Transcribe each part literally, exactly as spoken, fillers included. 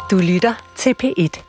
Du lytter til P et.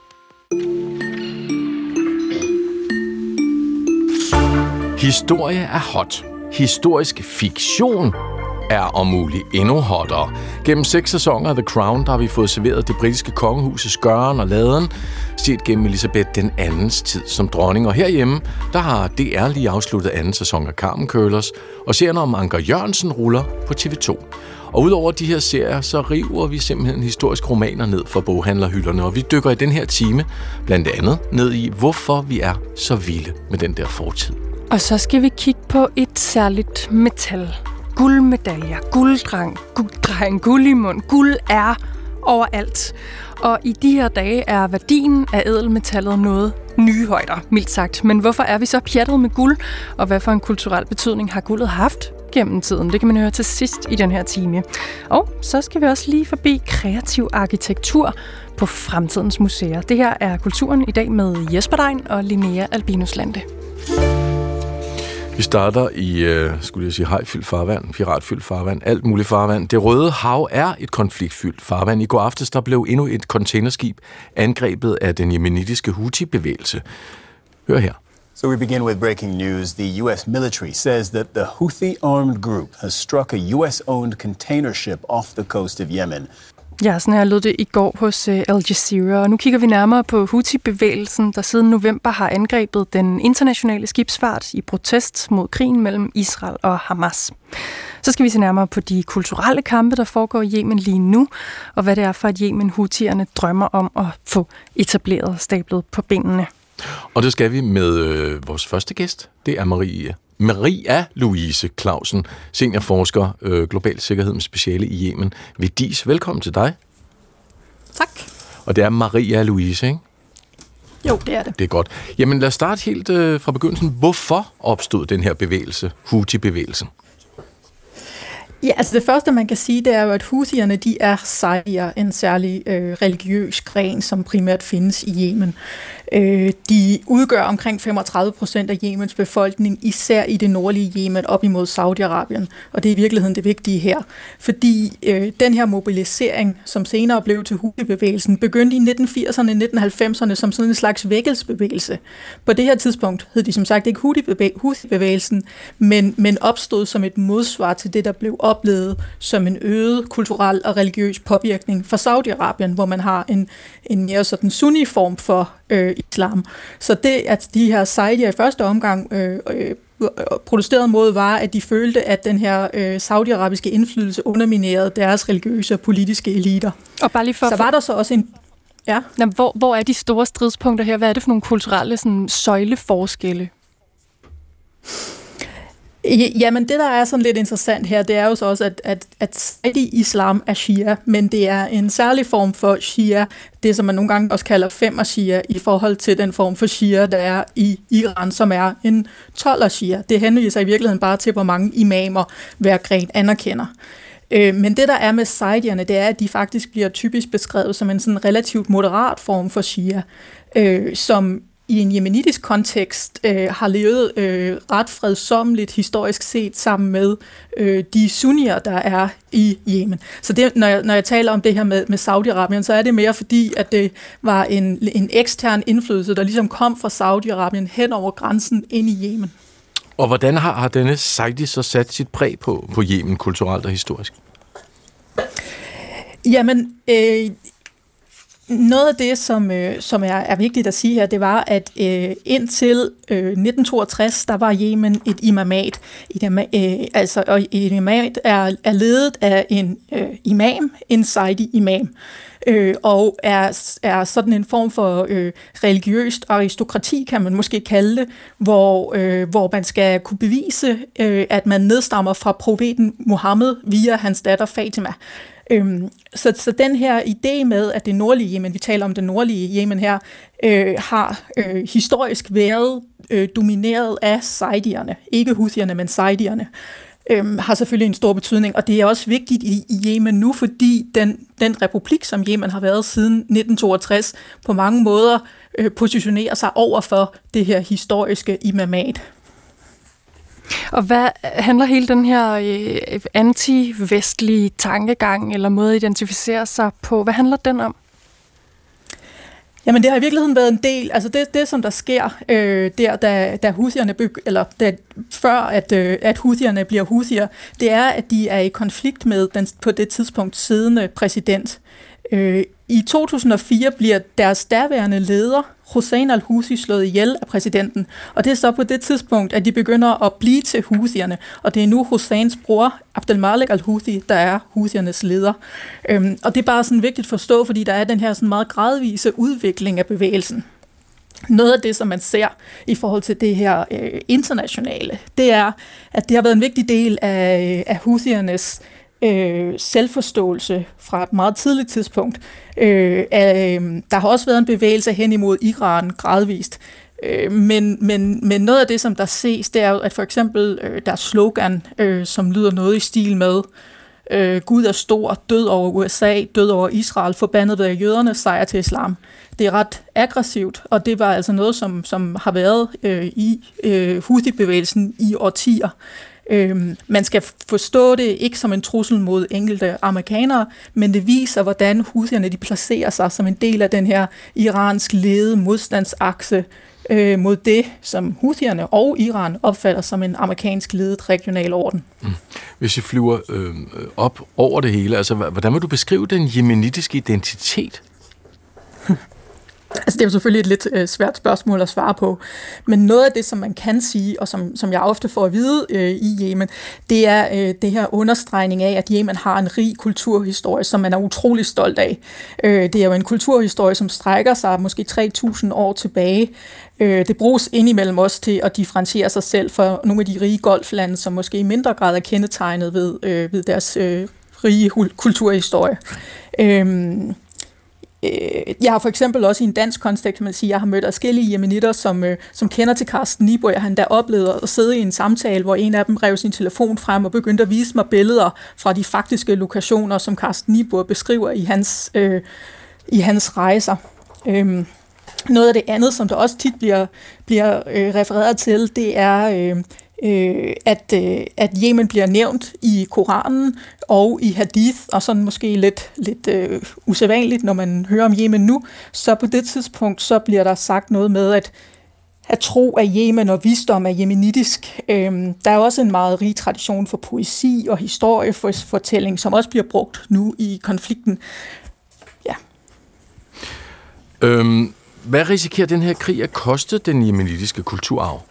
Historie er hot. Historisk fiktion er om muligt endnu hottere. Gennem seks sæsoner af The Crown, der har vi fået serveret det britiske kongehusets gøren og laden, set gennem Elizabeth den andens tid som dronning. Og herhjemme, der har D R lige afsluttet anden sæson af Carmen Curlers, og serien om Anker Jørgensen ruller på T V to. Og udover de her serier, så river vi simpelthen historiske romaner ned fra boghandlerhylderne, og vi dykker i den her time blandt andet ned i, hvorfor vi er så vilde med den der fortid. Og så skal vi kigge på et særligt metal. Guldmedaljer, gulddreng, gulddreng, guld i mund, guld er overalt. Og i de her dage er værdien af ædelmetallet noget nye højder, mildt sagt. Men hvorfor er vi så pjattet med guld, og hvad for en kulturel betydning har guldet haft gennem tiden? Det kan man høre til sidst i den her time. Og så skal vi også lige forbi kreativ arkitektur på Fremtidens Museer. Det her er Kulturen i dag med Jesper Dein og Linnea Albinus Lande. Vi starter i, øh, skulle jeg sige, hajfyldt farvand, piratfyldt farvand, alt muligt farvand. Det Røde Hav er et konfliktfyldt farvand. I går aftes der blev endnu et containerskib angrebet af den yemenitiske Houthi-bevægelse. Hør her. So we begin with breaking news. The U S military says that the Houthi-armed group has struck a U S-owned container ship off the coast of Yemen. Ja, sådan her lød det i går hos Al Jazeera, og nu kigger vi nærmere på Houthi-bevægelsen, der siden november har angrebet den internationale skibsfart i protest mod krigen mellem Israel og Hamas. Så skal vi se nærmere på de kulturelle kampe, der foregår i Yemen lige nu, og hvad det er for, at Yemen-Houthierne drømmer om at få etableret stablet på benene. Og det skal vi med øh, vores første gæst. Det er Marie. Maria Louise Clausen, seniorforsker, øh, global sikkerhed med speciale i Yemen ved D I S. Velkommen til dig. Tak. Og det er Maria Louise, ikke? Jo, det er det. Det er godt. Jamen lad os starte helt øh, fra begyndelsen. Hvorfor opstod den her bevægelse, Houthi-bevægelsen? Ja, altså det første, man kan sige, det er jo, at Houthierne, de er sejrer, en særlig øh, religiøs gren, som primært findes i Yemen. Øh, de udgør omkring femogtredive procent af Yemens befolkning, især i det nordlige Yemen, op imod Saudi-Arabien. Og det er i virkeligheden det vigtige her. Fordi øh, den her mobilisering, som senere blev til Houthi-bevægelsen, begyndte i nitten firserne og nitten halvfemserne som sådan en slags vækkelsesbevægelse. På det her tidspunkt hed de som sagt ikke Houthi-bevægelsen, men, men opstod som et modsvar til det, der blev oplevet som en øget kulturel og religiøs påvirkning fra Saudi-Arabien, hvor man har en, en mere sådan sunni-form for øh, islam. Så det, at de her sejdier i første omgang øh, øh, protesterede mod, var, at de følte, at den her øh, saudiarabiske indflydelse underminerede deres religiøse og politiske eliter. Og bare lige for, så var der så også en... Ja. Jamen, hvor, hvor er de store stridspunkter her? Hvad er det for nogle kulturelle sådan, søjleforskelle? Jamen, det der er sådan lidt interessant her, det er jo så også, at, at, at Saudi-islam er shia, men det er en særlig form for shia, det som man nogle gange også kalder femmer shia, i forhold til den form for shia, der er i Iran, som er en tolver shia. Det henviser sig i virkeligheden bare til, hvor mange imamer hver gren anerkender. Men det, der er med saidierne, det er, at de faktisk bliver typisk beskrevet som en sådan relativt moderat form for shia, øh, som i en jemenitisk kontekst øh, har levet øh, ret fredsommeligt historisk set sammen med øh, de sunnier, der er i Yemen. Så det, når, jeg, når jeg taler om det her med, med Saudi-Arabien, så er det mere fordi, at det var en, en ekstern indflydelse, der ligesom kom fra Saudi-Arabien hen over grænsen ind i Yemen. Og hvordan har, har denne Saudi så sat sit præg på, på Yemen kulturelt og historisk? Jamen... Øh, Noget af det, som, øh, som er, er vigtigt at sige her, det var, at øh, indtil øh, nitten toogtres, der var Yemen et imamat. Et ima, øh, altså, og et imamat er, er ledet af en øh, imam, en saidi-imam, øh, og er, er sådan en form for øh, religiøst aristokrati, kan man måske kalde det, hvor, øh, hvor man skal kunne bevise, øh, at man nedstammer fra profeten Muhammed via hans datter Fatima. Øhm, så, så den her idé med, at det nordlige Yemen, vi taler om det nordlige Yemen her, øh, har øh, historisk været øh, domineret af saidierne, ikke Houthierne, men saidierne, øh, har selvfølgelig en stor betydning, og det er også vigtigt i, i Yemen nu, fordi den, den republik, som Yemen har været siden nitten toogtres, på mange måder øh, positionerer sig over for det her historiske imamat. Og hvad handler hele den her øh, anti-vestlige tankegang eller måde at identificere sig på, hvad handler den om? Jamen, det har i virkeligheden været en del, altså det, det som der sker øh, der, da, da Houthierne, eller da, før at, øh, at Houthierne bliver Houthier, det er, at de er i konflikt med den på det tidspunkt siddende præsident. Øh, I to tusind og fire bliver deres daværende leder, Hussein al-Houthi, slået ihjel af præsidenten, og det er så på det tidspunkt, at de begynder at blive til Houthierne, og det er nu Husseins bror, Abdelmalek al-Houthi, der er Houthiernes leder. Øhm, og det er bare sådan vigtigt at forstå, fordi der er den her sådan meget gradvise udvikling af bevægelsen. Noget af det, som man ser i forhold til det her øh, internationale, det er, at det har været en vigtig del af, af Houthiernes Øh, selvforståelse fra et meget tidligt tidspunkt. Øh, øh, der har også været en bevægelse hen imod Iran gradvist. Øh, men, men, men noget af det, som der ses, det er jo, at for eksempel øh, deres slogan, øh, som lyder noget i stil med øh, Gud er stor, død over U S A, død over Israel, forbandet ved jøderne, sejr til islam. Det er ret aggressivt, og det var altså noget, som, som har været øh, i øh, Houthi-bevægelsen i årtier. Øhm, man skal forstå det ikke som en trussel mod enkelte amerikanere, men det viser, hvordan Houthierne de placerer sig som en del af den her iransk ledede modstandsakse øh, mod det, som Houthierne og Iran opfatter som en amerikansk ledet regional orden. Mm. Hvis vi flyver øh, op over det hele, altså hvordan vil du beskrive den yemenitiske identitet? Altså, det er jo selvfølgelig et lidt øh, svært spørgsmål at svare på, men noget af det, som man kan sige, og som, som jeg ofte får at vide øh, i Yemen, det er øh, det her understregning af, at Yemen har en rig kulturhistorie, som man er utrolig stolt af. Øh, det er jo en kulturhistorie, som strækker sig måske tre tusind år tilbage. Øh, det bruges indimellem også til at differentiere sig selv for nogle af de rige golflande, som måske i mindre grad er kendetegnet ved, øh, ved deres øh, rige kulturhistorie. Øh, Jeg har for eksempel også i en dansk kontekst, kan man sige, jeg har mødt adskillige yemenitter, som, øh, som kender til Carsten Niebuhr. Jeg har endda oplevet at sidde i en samtale, hvor en af dem rev sin telefon frem og begyndte at vise mig billeder fra de faktiske lokationer, som Carsten Niebuhr beskriver i hans, øh, i hans rejser. Øhm, noget af det andet, som der også tit bliver, bliver øh, refereret til, det er... Øh, At, at Yemen bliver nævnt i Koranen og i hadith, og sådan måske lidt, lidt uh, usædvanligt, når man hører om Yemen nu, så på det tidspunkt, så bliver der sagt noget med, at, at tro af Yemen og visdom er yemenitisk. Øhm, der er også en meget rig tradition for poesi og historiefortælling, som også bliver brugt nu i konflikten. Ja. Øhm, hvad risikerer den her krig at koste den yemenitiske kulturarv?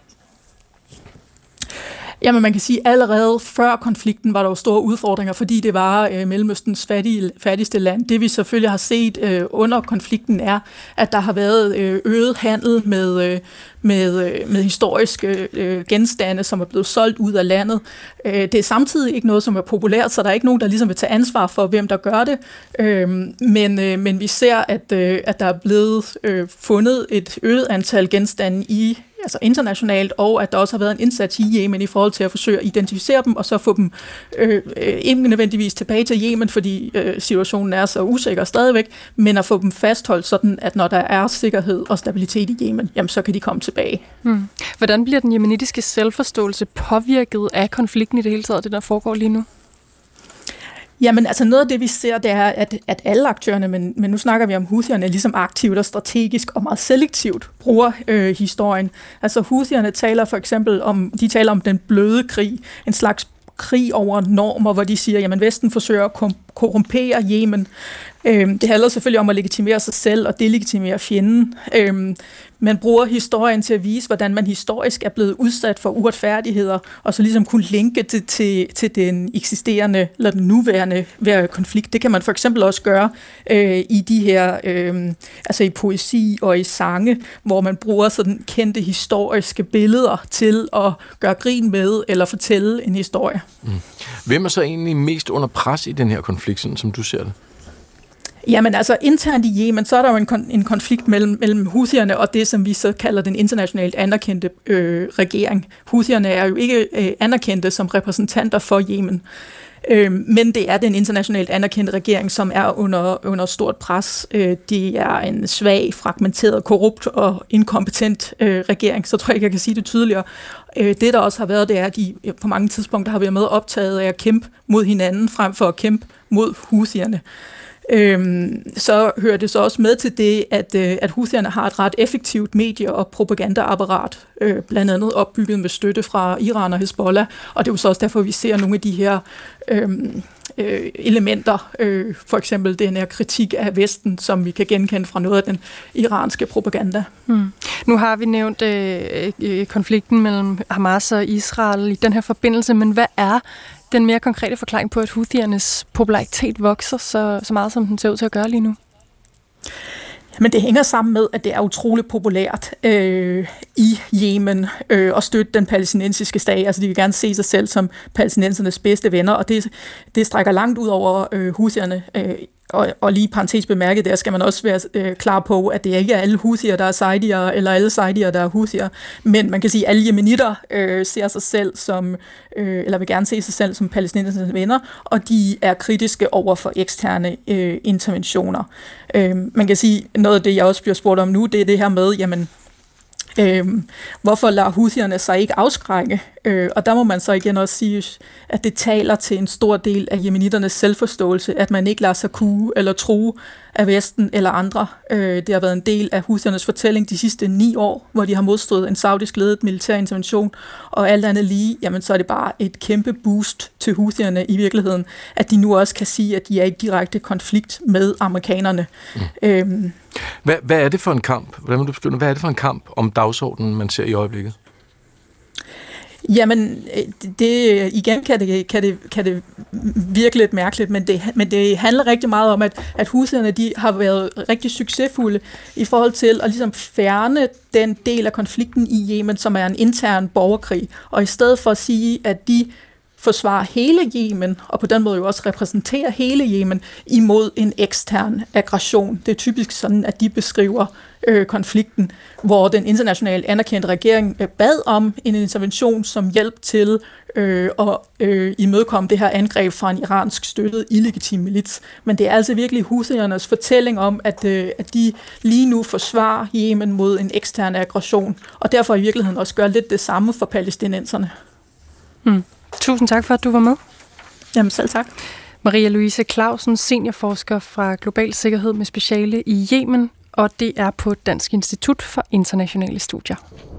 Jamen, man kan sige, at allerede før konflikten var der jo store udfordringer, fordi det var øh, Mellemøstens fattige, fattigste land. Det vi selvfølgelig har set øh, under konflikten er, at der har været øh, øget handel med, øh, med, øh, med historiske øh, genstande, som er blevet solgt ud af landet. Øh, det er samtidig ikke noget, som er populært, så der er ikke nogen, der ligesom vil tage ansvar for, hvem der gør det. Øh, men, øh, men vi ser, at, øh, at der er blevet øh, fundet et øget antal genstande i altså internationalt, og at der også har været en indsats i Yemen i forhold til at forsøge at identificere dem, og så få dem øh, ikke nødvendigvis tilbage til Yemen, fordi øh, situationen er så usikker stadigvæk, men at få dem fastholdt sådan, at når der er sikkerhed og stabilitet i Yemen, jamen så kan de komme tilbage. Hmm. Hvordan bliver den yemenitiske selvforståelse påvirket af konflikten i det hele taget, det der foregår lige nu? Jamen, altså noget af det, vi ser, det er, at, at alle aktørerne, men, men nu snakker vi om Houthierne, ligesom aktivt og strategisk og meget selektivt bruger øh, historien. Altså Houthierne taler for eksempel om, de taler om den bløde krig, en slags krig over normer, hvor de siger, jamen Vesten forsøger at korrumpere Yemen. Øhm, det handler selvfølgelig om at legitimere sig selv og delegitimere fjenden. Øhm, man bruger historien til at vise, hvordan man historisk er blevet udsat for uretfærdigheder, og så ligesom kunne linke det til, til den eksisterende eller den nuværende konflikt. Det kan man for eksempel også gøre øh, i de her, øh, altså i poesi og i sange, hvor man bruger sådan kendte historiske billeder til at gøre grin med eller fortælle en historie. Mm. Hvem er så egentlig mest under pres i den her konflikt, sådan som du ser det? Jamen altså internt i Yemen, så er der jo en, kon- en konflikt mellem, mellem Houthierne og det, som vi så kalder den internationalt anerkendte øh, regering. Houthierne er jo ikke øh, anerkendte som repræsentanter for Yemen, øh, men det er den internationalt anerkendte regering, som er under, under stort pres. Øh, det er en svag, fragmenteret, korrupt og inkompetent øh, regering, så tror jeg ikke, jeg kan sige det tydeligere. Øh, det, der også har været, det er, at de på mange tidspunkter har været med optaget af at kæmpe mod hinanden, frem for at kæmpe mod Houthierne. Øhm, så hører det så også med til det, at, øh, at Houthierne har et ret effektivt medie- og propagandaapparat, øh, blandt andet opbygget med støtte fra Iran og Hezbollah, og det er jo så også derfor, vi ser nogle af de her øh, øh, elementer, øh, for eksempel den her kritik af Vesten, som vi kan genkende fra noget af den iranske propaganda. Hmm. Nu har vi nævnt øh, øh, konflikten mellem Hamas og Israel i den her forbindelse, men hvad er den mere konkrete forklaring på, at Houthiernes popularitet vokser så, så meget, som den ser ud til at gøre lige nu? Men det hænger sammen med, at det er utroligt populært øh, i Yemen øh, at støtte den palæstinensiske stat. Altså de vil gerne se sig selv som palæstinensernes bedste venner, og det, det strækker langt ud over øh, Houthierne. Øh, og, og lige parentes bemærket, der skal man også være øh, klar på, at det ikke er alle Houthier, der er Zaydier, eller alle Zaydier, der er Houthier. Men man kan sige, at alle jemenitter øh, ser sig selv som, øh, eller vil gerne se sig selv som palæstinensernes venner, og de er kritiske over for eksterne øh, interventioner. Øh, man kan sige, noget af det, jeg også bliver spurgt om nu, det er det her med, jamen, Øhm, hvorfor lader Houthierne sig ikke afskrække? Øh, og der må man så igen også sige, at det taler til en stor del af jemenitternes selvforståelse, at man ikke lader sig kue eller true af Vesten eller andre. Øh, det har været en del af Houthiernes fortælling de sidste ni år, hvor de har modstået en saudisk ledet militær intervention, og alt andet lige, jamen så er det bare et kæmpe boost til Houthierne i virkeligheden, at de nu også kan sige, at de er i direkte konflikt med amerikanerne. Mm. Øhm, Hvad, hvad er det for en kamp? Hvordan vil du beskrive, hvad er det for en kamp om dagsordenen, man ser i øjeblikket? Jamen, det, igen kan det, kan, det, kan det virke lidt mærkeligt, men det, men det handler rigtig meget om, at, at Houthierne, de har været rigtig succesfulde i forhold til at ligesom fjerne den del af konflikten i Yemen, som er en intern borgerkrig, og i stedet for at sige, at de forsvare hele Yemen, og på den måde jo også repræsentere hele Yemen imod en ekstern aggression. Det er typisk sådan, at de beskriver øh, konflikten, hvor den internationale anerkendte regering øh, bad om en intervention som hjælp til øh, at øh, imødekomme det her angreb fra en iransk støttet illegitim milits. Men det er altså virkelig Houthiernes fortælling om, at, øh, at de lige nu forsvarer Yemen mod en ekstern aggression, og derfor i virkeligheden også gør lidt det samme for palæstinenserne. Hmm. Tusind tak for, at du var med. Jamen selv tak. Maria Louise Clausen, seniorforsker fra Global Sikkerhed med speciale i Yemen, og det er på Dansk Institut for Internationale Studier.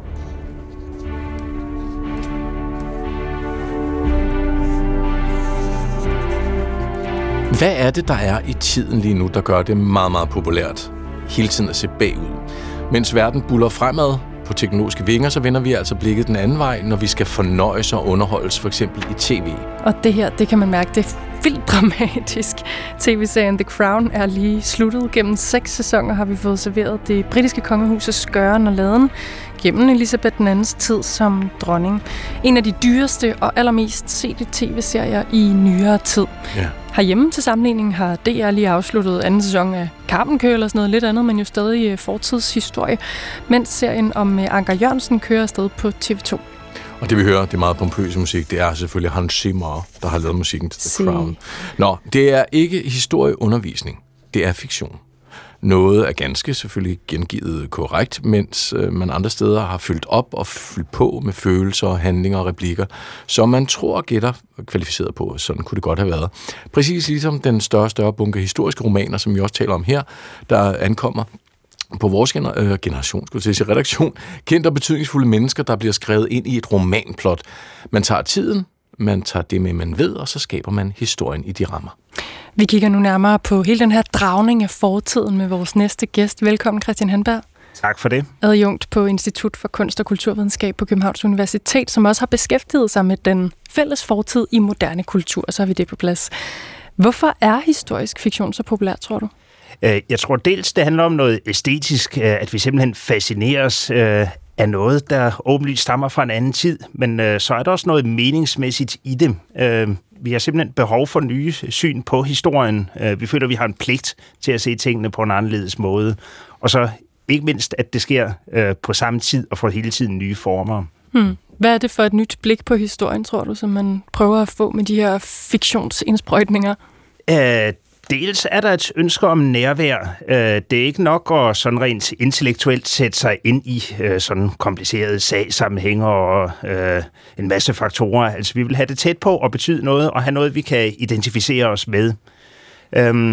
Hvad er det, der er i tiden lige nu, der gør det meget, meget populært hele tiden at se bagud? Mens verden buller fremad på teknologiske vinger, så vender vi altså blikket den anden vej, når vi skal fornøjes og underholdes, for eksempel i tv. Og det her, det kan man mærke, det er vildt dramatisk. T V-serien The Crown er lige sluttet. Gennem seks sæsoner har vi fået serveret det britiske kongehusets gøren og laden gennem Elisabeth den andens tid som dronning. En af de dyreste og allermest sete tv-serier i nyere tid. Ja. Herhjemme til sammenligning har D R lige afsluttet anden sæson af Karpenkø eller sådan noget lidt andet, men jo stadig fortidshistorie, mens serien om Anker Jørgensen kører afsted på T V to. Og det vi hører, det er meget pompøse musik, det er selvfølgelig Hans Zimmer, der har lavet musikken til The Se. Crown. Nå, det er ikke historieundervisning, det er fiktion. Noget er ganske selvfølgelig gengivet korrekt, mens man andre steder har fyldt op og fyldt på med følelser, handlinger og replikker, som man tror og gætter kvalificeret på. Sådan kunne det godt have været. Præcis ligesom den større og større bunke historiske romaner, som vi også taler om her, der ankommer på vores gener- øh, generation, skulle jeg sige, redaktion, kendte og betydningsfulde mennesker, der bliver skrevet ind i et romanplot. Man tager tiden, man tager det med, man ved, og så skaber man historien i de rammer. Vi kigger nu nærmere på hele den her dragning af fortiden med vores næste gæst. Velkommen, Christian Hanberg. Tak for det. Adjunkt på Institut for Kunst og Kulturvidenskab på Københavns Universitet, som også har beskæftiget sig med den fælles fortid i moderne kultur, så har vi det på plads. Hvorfor er historisk fiktion så populært, tror du? Jeg tror dels, det handler om noget æstetisk, at vi simpelthen fascineres af noget, der åbenlyst stammer fra en anden tid, men så er der også noget meningsmæssigt i det. Vi har simpelthen behov for nye syn på historien. Vi føler, at vi har en pligt til at se tingene på en anderledes måde. Og så ikke mindst, at det sker på samme tid og får hele tiden nye former. Hmm. Hvad er det for et nyt blik på historien, tror du, som man prøver at få med de her fiktionsindsprøjtninger? Uh, Dels er der et ønske om nærvær. Det er ikke nok at sådan rent intellektuelt sætte sig ind i sådan komplicerede sagsammenhænger og øh, en masse faktorer. Altså vi vil have det tæt på og betyde noget og have noget, vi kan identificere os med. Øhm,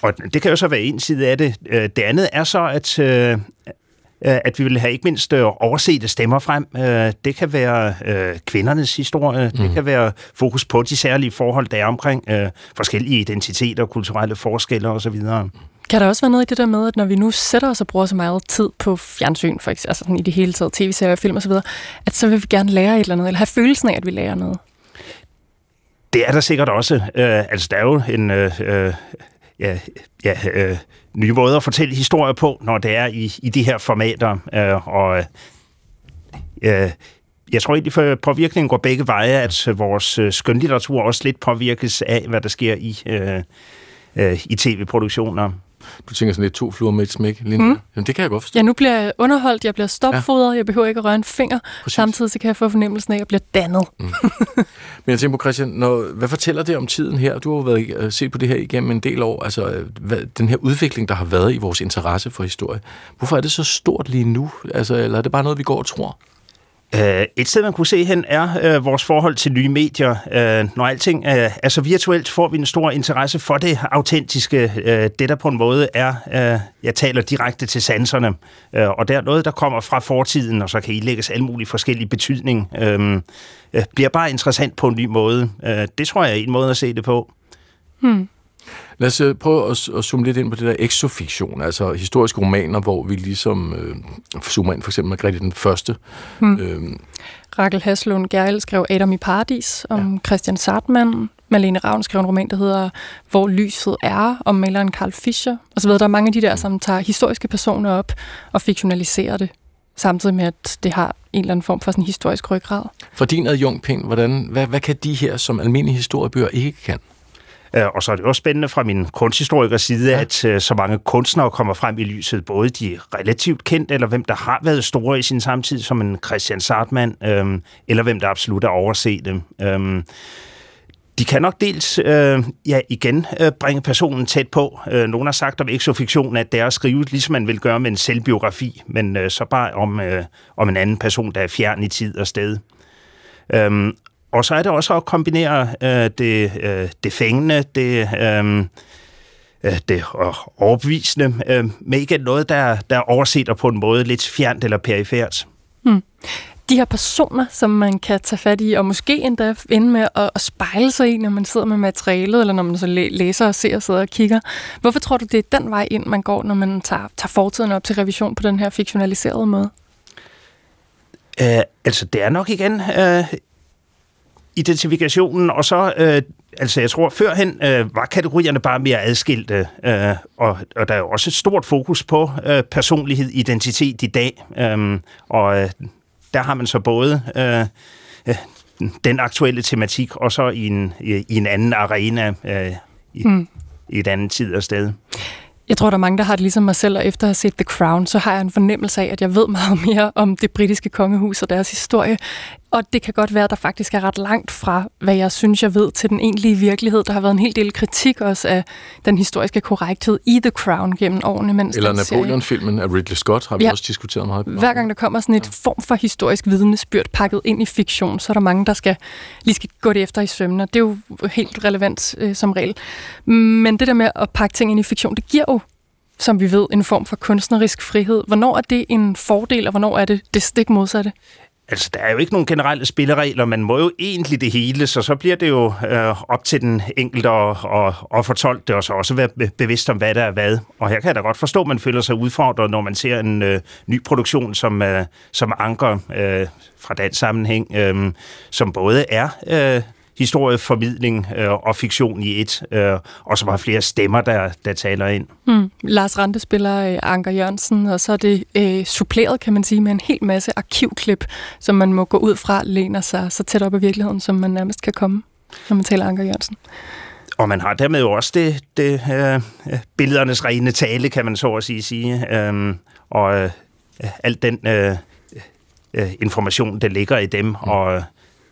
og det kan jo så være en side af det. Det andet er så, at, at vi vil have ikke mindst oversete stemmer frem. Det kan være kvindernes historie, mm. det kan være fokus på de særlige forhold, der er omkring forskellige identiteter, kulturelle forskelle osv. Kan der også være noget i det der med, at når vi nu sætter os og bruger så meget tid på fjernsyn, for eksempel, altså sådan i det hele taget, tv-serier, film osv., at så vil vi gerne lære et eller andet, eller have følelsen af, at vi lærer noget? Det er der sikkert også. Øh, altså, der er jo en øh, ja, ja, øh, nye måde at fortælle historier på, når det er i, i de her formater. Øh, og øh, jeg tror egentlig, for påvirkningen går begge veje, at vores skønlitteratur også lidt påvirkes af, hvad der sker i, øh, øh, i tv-produktioner. Du tænker sådan lidt to fluer med et smæk, Linda. Mm. Jamen, det kan jeg godt forstå. Ja, nu bliver jeg underholdt, jeg bliver stopfodret, ja. Jeg behøver ikke at røre en finger. Præcis. Samtidig så kan jeg få fornemmelsen af, at jeg bliver dannet. Mm. Men jeg tænker på, Christian, når, hvad fortæller det om tiden her? Du har jo været, set på det her igennem en del år. Altså, hvad, den her udvikling, der har været i vores interesse for historie. Hvorfor er det så stort lige nu? Altså, eller er det bare noget, vi går og tror? Et sted, man kunne se hen, er uh, vores forhold til nye medier. Uh, når alting uh, er så virtuelt, får vi en stor interesse for det autentiske. Uh, det, der på en måde er, uh, jeg taler direkte til sanserne. Uh, og der er noget, der kommer fra fortiden, og så kan I lægges alle mulige forskellige betydning. Uh, uh, bliver bare interessant på en ny måde. Uh, det tror jeg er en måde at se det på. Hmm. Lad os prøve at, at zoome lidt ind på det der exofiktion, altså historiske romaner, hvor vi ligesom øh, zoomer ind for eksempel Margrethe den Første. Hmm. Øhm. Rakel Haslund Gerrild skrev Adam i Paradis om ja. Christian Sartmann. Malene Ravn skrev en roman, der hedder Hvor lyset er, om maleren Carl Fischer. Og så videre. Der er mange af de der, som tager historiske personer op og fiktionaliserer det, samtidig med, at det har en eller anden form for sådan historisk ryggrad. For din adjunktpind, hvordan, hvad, hvad kan de her, som almindelige historiebøger ikke kan? Og så er det også spændende fra min kunsthistorikers side, ja. at uh, så mange kunstnere kommer frem i lyset, både de relativt kendte, eller hvem der har været store i sin samtid, som en Christian Sartmann, øhm, eller hvem der absolut er overset dem. Øhm, de kan nok dels, øh, ja igen, øh, bringe personen tæt på. Øh, nogen har sagt om exofiktion, at det er at skrive, ligesom man vil gøre med en selvbiografi, men øh, så bare om, øh, om en anden person, der er fjern i tid og sted. Øhm, Og så er det også at kombinere øh, det, øh, det fængende, det, øh, det overbevisende, øh, med ikke noget, der, der oversætter på en måde lidt fjernt eller perifært. Hmm. De her personer, som man kan tage fat i, og måske endda ende med at, at spejle sig i, når man sidder med materialet, eller når man så læser og ser og sidder og kigger. Hvorfor tror du, det er den vej ind, man går, når man tager, tager fortiden op til revision på den her fiktionaliserede måde? Øh, altså, det er nok igen... Øh, identifikationen, og så, øh, altså jeg tror, førhen øh, var kategorierne bare mere adskilte, øh, og, og der er jo også et stort fokus på øh, personlighed, identitet i dag, øh, og øh, der har man så både øh, øh, den aktuelle tematik, og så i en, i, i en anden arena, øh, i, mm. i et andet tid og sted. Jeg tror, der er mange, der har det ligesom mig selv, og efter at have set The Crown, så har jeg en fornemmelse af, at jeg ved meget mere om det britiske kongehus og deres historie. Og det kan godt være, at der faktisk er ret langt fra, hvad jeg synes, jeg ved, til den egentlige virkelighed. Der har været en hel del kritik også af den historiske korrekthed i The Crown gennem årene. Mens Eller Napoleon-filmen af Ridley Scott har vi ja. også diskuteret meget. Hver gang der kommer sådan et form for historisk vidnesbyrd pakket ind i fiktion, så er der mange, der skal lige skal gå det efter i sømne. Det er jo helt relevant øh, som regel. Men det der med at pakke ting ind i fiktion, det giver jo, som vi ved, en form for kunstnerisk frihed. Hvornår er det en fordel, og hvornår er det det stik modsatte? Altså, der er jo ikke nogen generelle spilleregler. Man må jo egentlig det hele, så så bliver det jo øh, op til den enkelte at, at, at fortolke det, og så også være bevidst om, hvad der er hvad. Og her kan jeg da godt forstå, at man føler sig udfordret, når man ser en øh, ny produktion som, øh, som Anker øh, fra dansk sammenhæng, øh, som både er... Øh, historieformidling øh, og fiktion i et, øh, og som har flere stemmer, der, der taler ind. Mm. Lars Rante spiller øh, Anker Jørgensen, og så er det øh, suppleret, kan man sige, med en hel masse arkivklip, som man må gå ud fra, læner sig så tæt op af virkeligheden, som man nærmest kan komme, når man taler Anker Jørgensen. Og man har dermed jo også det, det øh, billedernes rene tale, kan man så at sige, sige. Øh, og øh, alt den øh, øh, information, der ligger i dem, mm. og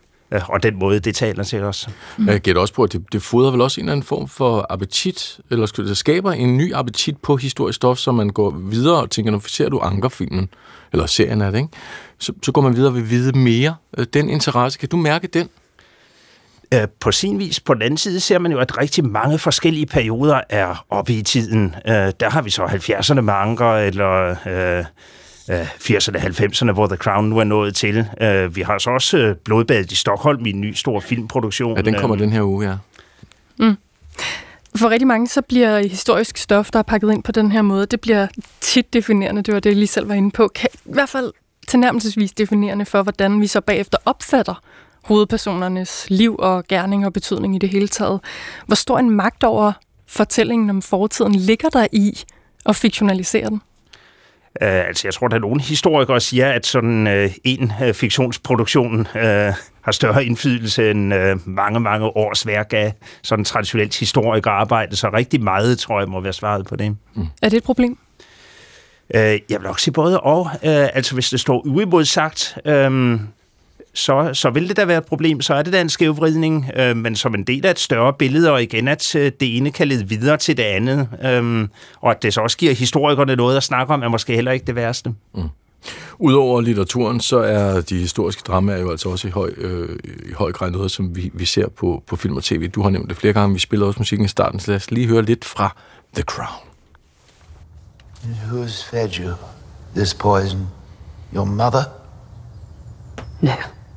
og den måde, det taler til os. Mm. Jeg gætter også på, at det, det fodrer vel også en eller anden form for appetit, eller skal det skaber en ny appetit på historisk stof, så man går videre og tænker, nu ser du Anker-filmen, eller serien af det, ikke? Så, så går man videre og vil vide mere. Den interesse, kan du mærke den? På sin vis. På den anden side ser man jo, at rigtig mange forskellige perioder er oppe i tiden. Der har vi så halvfjerdserne med Anker, eller firserne og halvfemserne, hvor The Crown nu er nået til. Vi har så også Blodbadet i Stockholm i en ny stor filmproduktion. Ja, den kommer den her uge, ja. Mm. For rigtig mange, så bliver historisk stof, der er pakket ind på den her måde, det bliver tit definerende, det var det, jeg lige selv var inde på. Kan, I hvert fald tilnærmelsesvis definerende for, hvordan vi så bagefter opfatter hovedpersonernes liv og gerning og betydning i det hele taget. Hvor stor en magt over fortællingen om fortiden ligger der i at fiktionalisere den? Uh, altså, jeg tror, der er nogle historikere, der siger, at sådan uh, en uh, fiktionsproduktion uh, har større indflydelse end uh, mange, mange års værk af sådan traditionelt historikerarbejde, så rigtig meget, tror jeg, må være svaret på det. Mm. Er det et problem? Uh, jeg vil nok sige både og. Uh, altså, hvis det står uimodsagt, um, så, så vil det da være et problem, så er det da en skævvridning, øh, men som en del af et større billede, og igen, at øh, det ene kan lede videre til det andet, øh, og at det så også giver historikerne noget at snakke om, er måske heller ikke det værste. Mm. Udover litteraturen, så er de historiske dramaer jo altså også i høj, øh, i høj grad noget, som vi, vi ser på, på film og tv. Du har nævnt det flere gange, vi spiller også musikken i starten, så lad os lige høre lidt fra The Crown. Who's fed you this poison? Your mother? No.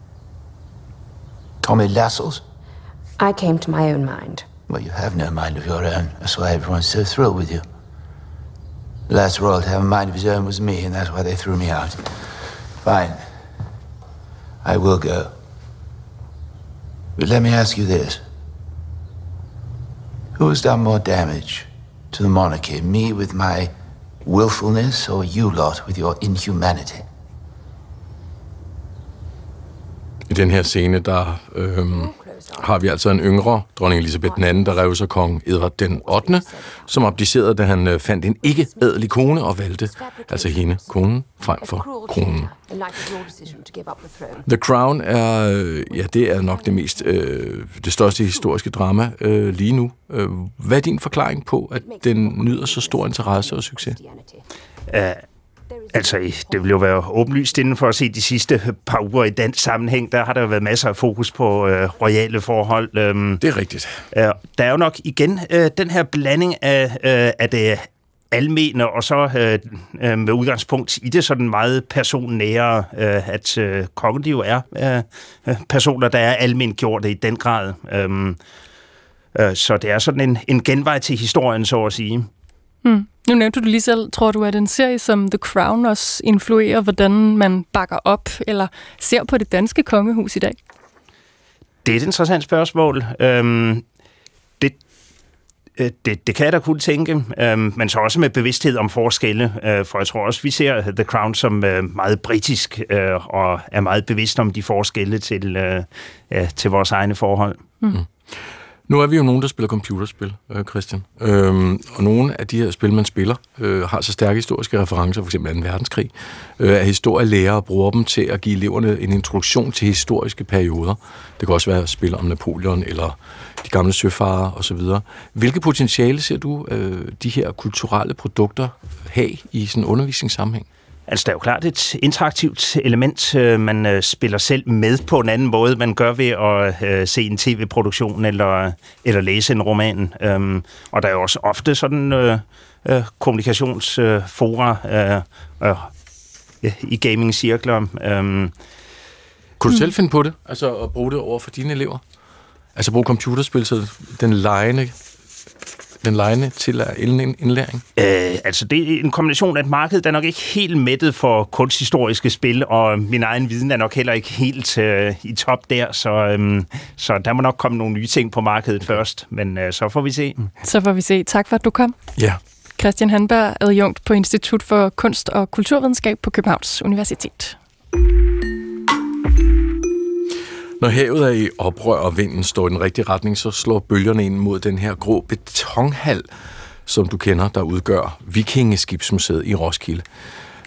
Tommy Lascelles? I came to my own mind. Well, you have no mind of your own. That's why everyone's so thrilled with you. The last royal to have a mind of his own was me, and that's why they threw me out. Fine. I will go. But let me ask you this. Who has done more damage to the monarchy? Me with my willfulness, or you lot with your inhumanity? I den her scene, der øhm, har vi altså en yngre, dronning Elisabeth den anden, der rev sig kong Edvard den ottende, som abdicerede, da han øh, fandt en ikke-ædelig kone og valgte altså hende, konen, frem for kronen. The Crown er, øh, ja, det er nok det mest, øh, det største historiske drama øh, lige nu. Øh, hvad er din forklaring på, at den nyder så stor interesse og succes? Uh. Altså, det vil jo være åbenlyst inden for at se de sidste par uger i dansk sammenhæng. Der har der jo været masser af fokus på øh, royale forhold. Øhm, det er rigtigt. Øh, der er jo nok igen øh, den her blanding af, øh, af det almene, og så øh, øh, med udgangspunkt i det sådan meget personnære, øh, at øh, kongen jo er øh, personer, der er alment gjort i den grad. Øh, øh, så det er sådan en, en genvej til historien, så at sige. Mm. Nu nævnte du lige selv, tror du, at en serie som The Crown også influerer, hvordan man bakker op eller ser på det danske kongehus i dag? Det er et interessant spørgsmål. Øhm, det, det, det kan jeg da kun tænke, øhm, men så også med bevidsthed om forskelle, øh, for jeg tror også, vi ser The Crown som øh, meget britisk øh, og er meget bevidst om de forskelle til, øh, ja, til vores egne forhold. Mm. Mm. Nu er vi jo nogen, der spiller computerspil, øh, Christian. Øhm, og nogle af de her spil, man spiller, øh, har så stærke historiske referencer, f.eks. anden verdenskrig, øh, at historielærere bruger dem til at give eleverne en introduktion til historiske perioder. Det kan også være spil om Napoleon eller de gamle søfarere osv. Hvilke potentiale ser du øh, de her kulturelle produkter have i sådan en undervisningssammenhæng? Altså, der er jo klart et interaktivt element, man spiller selv med på en anden måde, man gør ved at se en tv-produktion eller, eller læse en roman. Og der er jo også ofte sådan øh, kommunikationsfora øh, øh, i gaming-cirkler. Øh. Kunne du selv finde på det, altså at bruge det over for dine elever? Altså bruge computerspil, så den legende den legende til indlæring? Øh, altså, det er en kombination af et marked, der er nok ikke helt mættet for kunsthistoriske spil, og min egen viden er nok heller ikke helt øh, i top der, så, øhm, så der må nok komme nogle nye ting på markedet først, men øh, så får vi se. Så får vi se. Tak for, at du kom. Ja. Christian Hanberg, adjunkt på Institut for Kunst og Kulturvidenskab på Københavns Universitet. Når havet er i oprør og vinden står i den rigtige retning, så slår bølgerne ind mod den her grå betonhal, som du kender, der udgør Vikingeskibsmuseet i Roskilde.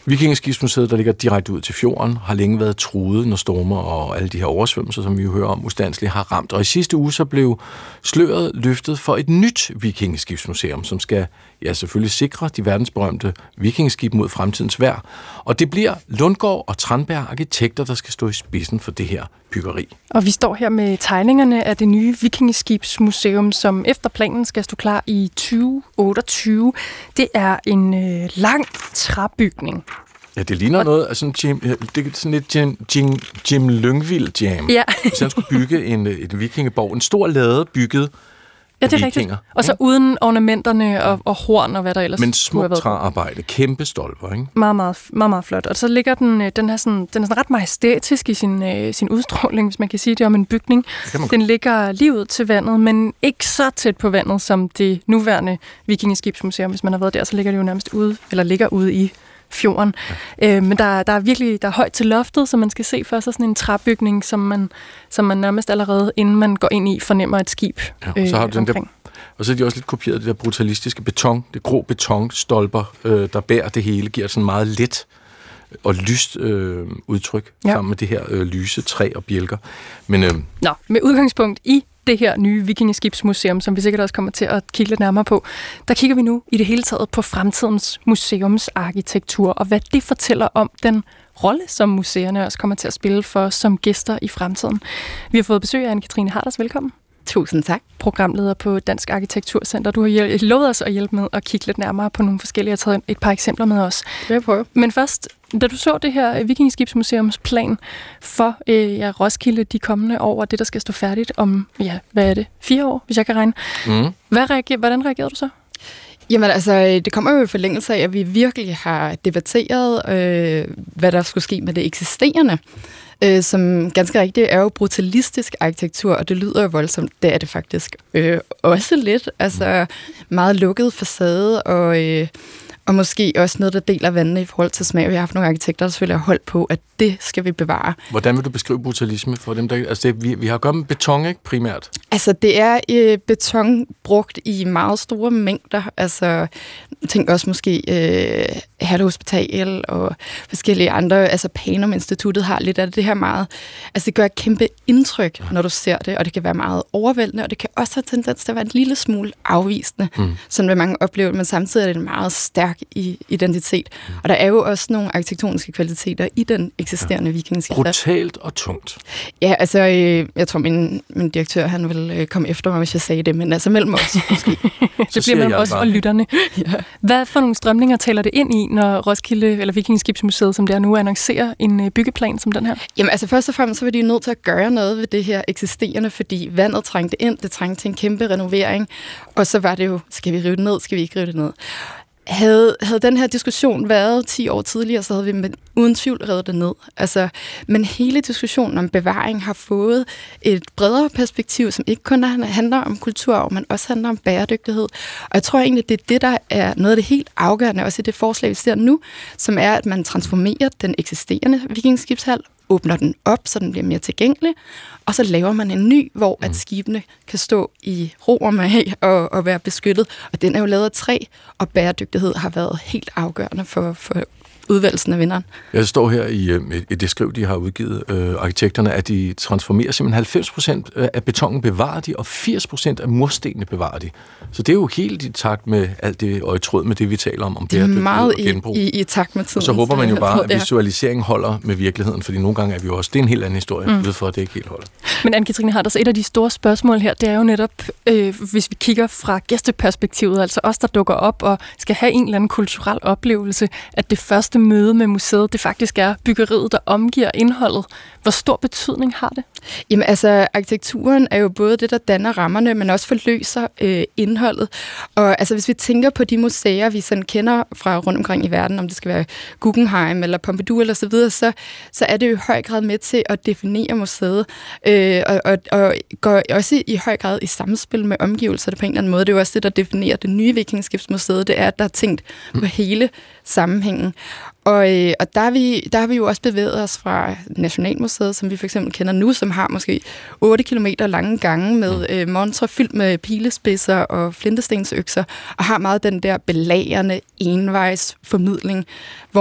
Vikingeskibsmuseet, der ligger direkte ud til fjorden, har længe været truet, når stormer og alle de her oversvømmelser, som vi jo hører om ustandsligt, har ramt. Og i sidste uge så blev sløret løftet for et nyt vikingeskibsmuseum, som skal ja, selvfølgelig sikre de verdensberømte vikingeskib mod fremtidens vejr. Og det bliver Lundgaard og Tranberg Arkitekter, der skal stå i spidsen for det her byggeri. Og vi står her med tegningerne af det nye vikingeskibsmuseum, som efter planen skal stå klar i tyve otteogtyve. Det er en øh, lang træbygning. Ja, det ligner og noget af sådan, Jim, det er sådan lidt Jim, Jim, Jim Lyngvild Jam. Ja. Hvis han skulle bygge en, en vikingeborg, en stor lade bygget ja, det er rigtigt. Og så uden ornamenterne og, og horn og hvad der ellers men små træarbejde, kæmpe stolper, ikke? Meget, meget, meget, meget flot. Og så ligger den, den er sådan, den er sådan ret majestætisk i sin, øh, sin udstråling, hvis man kan sige det om en bygning. Det den ligger lige ud til vandet, men ikke så tæt på vandet som det nuværende vikingeskibsmuseum. Hvis man har været der, så ligger det jo nærmest ude, eller ligger ude i fjorden. Ja. Øh, men der, der er virkelig der er højt til loftet, så man skal se for sig sådan en træbygning, som man, som man nærmest allerede, inden man går ind i, fornemmer et skib. Ja, og så har øh, den der, og så er de også lidt kopieret det der brutalistiske beton, det grå betonstolper, øh, der bærer det hele, giver sådan meget let og lyst øh, udtryk ja. sammen med det her øh, lyse træ og bjælker. Men, øh, Nå, med udgangspunkt i det her nye vikingeskibsmuseum, som vi sikkert også kommer til at kigge lidt nærmere på, der kigger vi nu i det hele taget på fremtidens museumsarkitektur, og hvad det fortæller om den rolle, som museerne også kommer til at spille for os som gæster i fremtiden. Vi har fået besøg af Anne-Katrine Harders. Velkommen. Tusind tak. Programleder på Dansk Arkitekturcenter. Du har hjæl- lovet os at hjælpe med at kigge lidt nærmere på nogle forskellige. Jeg har taget et par eksempler med os. Det vil jeg prøve. Men først, da du så det her Vikingeskibsmuseums plan for øh, ja, Roskilde de kommende år, og det, der skal stå færdigt om, ja, hvad er det, fire år, hvis jeg kan regne. Mm. Hvad reager, hvordan reagerede du så? Jamen altså, det kommer jo i forlængelse af, at vi virkelig har debatteret, øh, hvad der skulle ske med det eksisterende. Øh, som ganske rigtigt er jo brutalistisk arkitektur, og det lyder jo voldsomt. Det er det faktisk øh, også lidt. Altså meget lukket facade, og, øh, og måske også noget, der deler vandene i forhold til smag. Vi har haft nogle arkitekter, der selvfølgelig har holdt på, at det skal vi bevare. Hvordan vil du beskrive brutalisme for dem, der... Altså, det, vi, vi har at gøre med beton, ikke? Primært. Altså, det er øh, beton brugt i meget store mængder. Altså, tænk også måske øh, Herlev Hospital og forskellige andre. Altså, Panum Instituttet har lidt af det her meget... Altså, det gør et kæmpe indtryk, når du ser det, og det kan være meget overvældende, og det kan også have tendens til at være en lille smule afvisende, mm. sådan vil mange opleve, men samtidig er det en meget stærk i identitet. Mm. Og der er jo også nogle arkitektoniske kvaliteter i den eksisterende ja. vikingeskib. Brutalt og tungt. Ja, altså, øh, jeg tror, min, min direktør, han vil øh, komme efter mig, hvis jeg sagde det, men altså mellem os, måske. Det bliver mellem os og lytterne. Ja. Hvad for nogle strømninger taler det ind i, når Roskilde eller Vikingeskibsmuseet, som det er nu, annoncerer en øh, byggeplan som den her? Jamen, altså først og fremmest, så var de nødt til at gøre noget ved det her eksisterende, fordi vandet trængte ind, det trængte til en kæmpe renovering, og så var det jo, skal vi rive det ned, skal vi ikke rive det ned? Havde, havde den her diskussion været ti år tidligere, så havde vi med, uden tvivl revet det ned. Altså, men hele diskussionen om bevaring har fået et bredere perspektiv, som ikke kun handler om kulturarv, men også handler om bæredygtighed. Og jeg tror egentlig, det er det, der er noget af det helt afgørende, også i det forslag, vi ser nu, som er, at man transformerer den eksisterende vikingeskibshal, åbner den op, så den bliver mere tilgængelig, og så laver man en ny, hvor at skibene kan stå i ro og mag og, og være beskyttet. Og den er jo lavet af træ, og bæredygtighed har været helt afgørende for, for udvalgelsen af vinderen. Jeg står her i et, det skriv, de har udgivet, øh, arkitekterne, at de transformerer simpelthen halvfems procent af betongen bevarer de, og firs procent af murstenene bevarer de. Så det er jo helt i takt med alt det, og i tråd med det, vi taler om, om bæredygtighed og genbrug. Det er meget i, i, i takt med tiden. Og så håber man jo bare, at visualiseringen holder med virkeligheden, fordi nogle gange er vi jo også, det er en helt anden historie, mm. ved for, at det ikke helt holder. Men Anne-Katrine Harders, et af de store spørgsmål her, det er jo netop, øh, hvis vi kigger fra gæsteperspektivet, altså os, der dukker op og skal have en eller anden kulturel oplevelse, at det første møde med museet, det faktisk er byggeriet, der omgiver indholdet. Hvor stor betydning har det? Jamen altså, arkitekturen er jo både det, der danner rammerne, men også forløser øh, indholdet. Og altså, hvis vi tænker på de museer, vi sådan kender fra rundt omkring i verden, om det skal være Guggenheim eller Pompidou eller så videre, så, så er det jo i høj grad med til at definere museet, øh, og, og, og går også i høj grad i samspil med omgivelser på en eller anden måde. Det er jo også det, der definerer det nye Vikingeskibsmuseet, det er, at der er tænkt på hele sammenhængen. Og, øh, og der, er vi, der har vi jo også bevæget os fra Nationalmuseet, som vi for eksempel kender nu, som har måske otte kilometer lange gange med øh, montrer fyldt med pilespidser og flintestensøkser, og har meget den der belagerne envejsformidling, hvor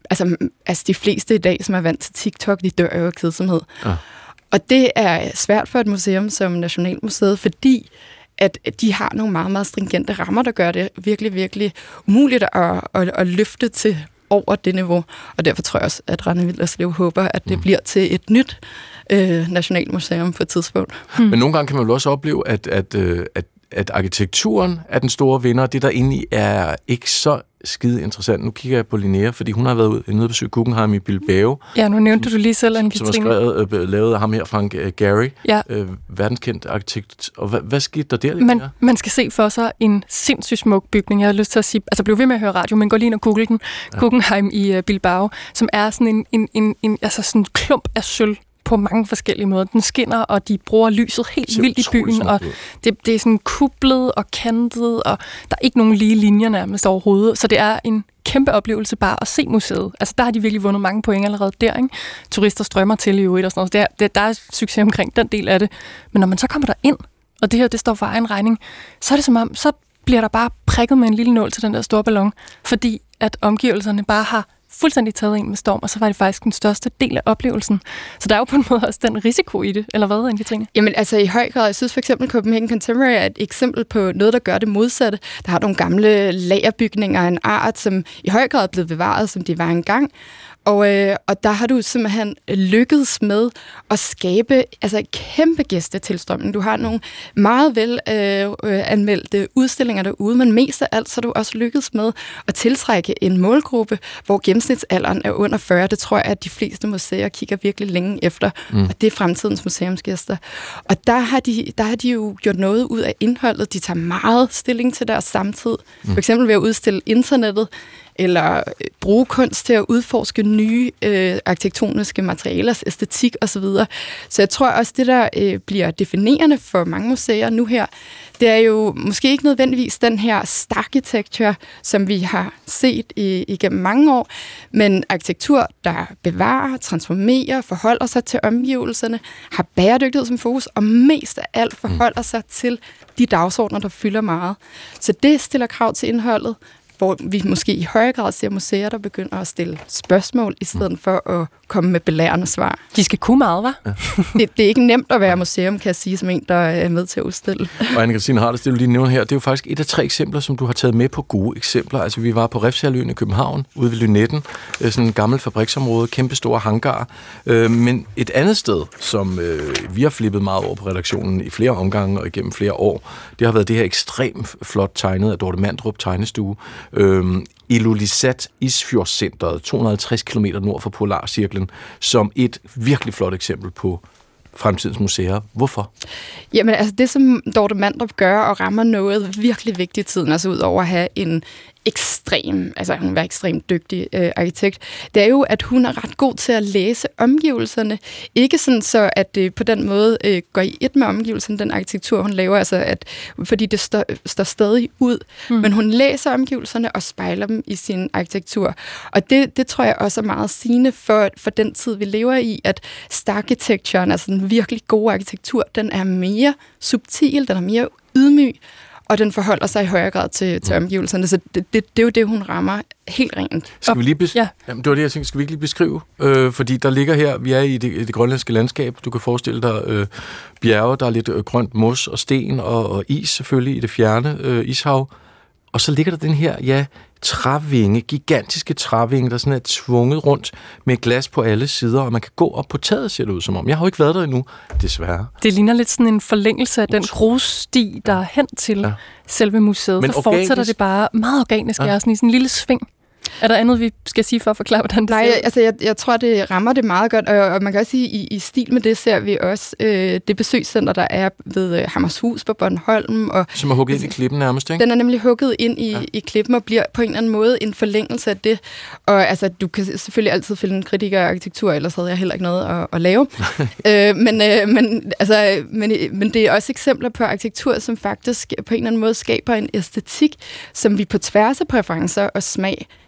altså, altså de fleste i dag, som er vant til TikTok, de dør jo af kedsomhed. Ja. Og det er svært for et museum som Nationalmuseet, fordi at de har nogle meget, meget stringente rammer, der gør det virkelig, virkelig umuligt at, at, at løfte til over det niveau. Og derfor tror jeg også, at Rane Willerslev håber, at det mm. bliver til et nyt øh, Nationalmuseum på et tidspunkt. Mm. Men nogle gange kan man jo også opleve, at, at, at, at arkitekturen er den store vinder, og det der egentlig er ikke så skide interessant. Nu kigger jeg på Linnea, fordi hun har været ude nede på besøg Guggenheim i Bilbao. Ja, nu nævnte du lige selv, Anne-Katrine. Som har skrevet, øh, lavet af ham her, Frank øh, Gehry, ja. øh, verdenskendt arkitekt. Og hvad, hvad skete der der? Man, man skal se for sig en sindssygt smuk bygning. Jeg har lyst til at sige, altså bliv ved med at høre radio, men gå lige ind og google den. Ja. Guggenheim i uh, Bilbao, som er sådan en, en, en, en altså sådan en klump af sølv på mange forskellige måder. Den skinner, og de bruger lyset helt vildt i byen, og det, det er sådan kublet og kantet, og der er ikke nogen lige linjer nærmest overhovedet, så det er en kæmpe oplevelse bare at se museet. Altså der har de virkelig vundet mange point allerede der, ikke? Turister strømmer til i øvrigt og sådan noget. Der, der, der er succes omkring den del af det. Men når man så kommer der ind, og det her, det står for egen regning, så er det som om, så bliver der bare prikket med en lille nål til den der store ballon, fordi at omgivelserne bare har fuldstændig taget en med storm, og så var det faktisk den største del af oplevelsen. Så der er jo på en måde også den risiko i det, eller hvad, Anne-Katrine? Jamen altså i høj grad, jeg synes for eksempel Copenhagen Contemporary er et eksempel på noget, der gør det modsatte. Der har nogle gamle lagerbygninger af en art, som i høj grad er blevet bevaret, som de var engang. Og, øh, og der har du simpelthen lykkedes med at skabe altså, et kæmpe gæstetilstrømning. Du har nogle meget vel øh, øh, anmeldte udstillinger derude, men mest af alt så har du også lykkedes med at tiltrække en målgruppe, hvor gennemsnitsalderen er under fyrre. Det tror jeg, at de fleste museer kigger virkelig længe efter, mm. og det er fremtidens museumsgæster. Og der har, de, der har de jo gjort noget ud af indholdet. De tager meget stilling til deres samtid. Mm. For eksempel ved at udstille internettet, eller bruge kunst til at udforske nye øh, arkitektoniske materialers æstetik osv. Så jeg tror også, det der øh, bliver definerende for mange museer nu her, det er jo måske ikke nødvendigvis den her starkitektur, som vi har set i, igennem mange år, men arkitektur, der bevarer, transformerer, forholder sig til omgivelserne, har bæredygtighed som fokus, og mest af alt forholder sig til de dagsordner, der fylder meget. Så det stiller krav til indholdet, hvor vi måske i højere grad ser museer, der begynder at stille spørgsmål, i stedet for at komme med belærende svar. De skal kunne meget, hva'? Ja. det, det er ikke nemt at være museum, kan jeg sige, som en, der er med til at udstille. Og Anne-Katrine Harder, det du lige nævner her, det er jo faktisk et af tre eksempler, som du har taget med på gode eksempler. Altså vi var på Refshaleøen i København, ude ved Lynetten, sådan en gammel fabriksområde, kæmpe store hangar. Men et andet sted, som vi har flippet meget over på redaktionen i flere omgange og igennem flere år, det har været det her ekstremt flot tegnet af Dorte Mandrup tegnestue, Øhm, Ilulissat Isfjordscenteret, to hundrede og halvtreds kilometer nord for Polarcirklen, som et virkelig flot eksempel på fremtidens museer. Hvorfor? Jamen altså det, som Dorte Mandrup gør og rammer noget virkelig vigtigt i tiden, altså ud over at have en ekstrem, altså hun er ekstremt dygtig øh, arkitekt, det er jo, at hun er ret god til at læse omgivelserne. Ikke sådan så, at det på den måde øh, går i et med omgivelserne, den arkitektur, hun laver, altså at, fordi det står, står stadig ud, mm. men hun læser omgivelserne og spejler dem i sin arkitektur. Og det, det tror jeg også er meget sigende for, for den tid, vi lever i, at starkitekturen, altså den virkelig gode arkitektur, den er mere subtil, den er mere ydmyg, og den forholder sig i højere grad til, til omgivelserne. Så det, det, det er jo det, hun rammer helt rent. Skal vi lige bes- ja. Jamen, det var det, jeg tænkte, skal vi ikke lige beskrive? Øh, fordi der ligger her, vi er i det, det grønlandske landskab. Du kan forestille dig øh, bjerge, der er lidt øh, grønt mos og sten og, og is selvfølgelig i det fjerne øh, ishav. Og så ligger der den her, ja, trævinge, gigantiske trævinge, der sådan er tvunget rundt med glas på alle sider, og man kan gå op på taget, ser det ud som om. Jeg har jo ikke været der endnu, desværre. Det ligner lidt sådan en forlængelse af den grussti, der er hen til ja. selve museet. Men så organisk, fortsætter det bare meget organisk, ja. sådan i sådan en lille sving. Er der andet, vi skal sige for at forklare, hvordan det Nej, ser ud? altså jeg, jeg tror, det rammer det meget godt, og, og man kan også sige, i, i stil med det ser vi også øh, det besøgscenter, der er ved øh, Hammershus på Bornholm. Og, som er hugget ind i klippen nærmest, ikke? Den er nemlig hugget ind i, ja. i klippen og bliver på en eller anden måde en forlængelse af det. Og altså, du kan selvfølgelig altid finde en kritiker af arkitektur, ellers havde jeg heller ikke noget at, at lave. øh, men, øh, men, altså, men, men det er også eksempler på arkitektur, som faktisk på en eller anden måde skaber en æstetik, som vi på tværs af præferencer og smag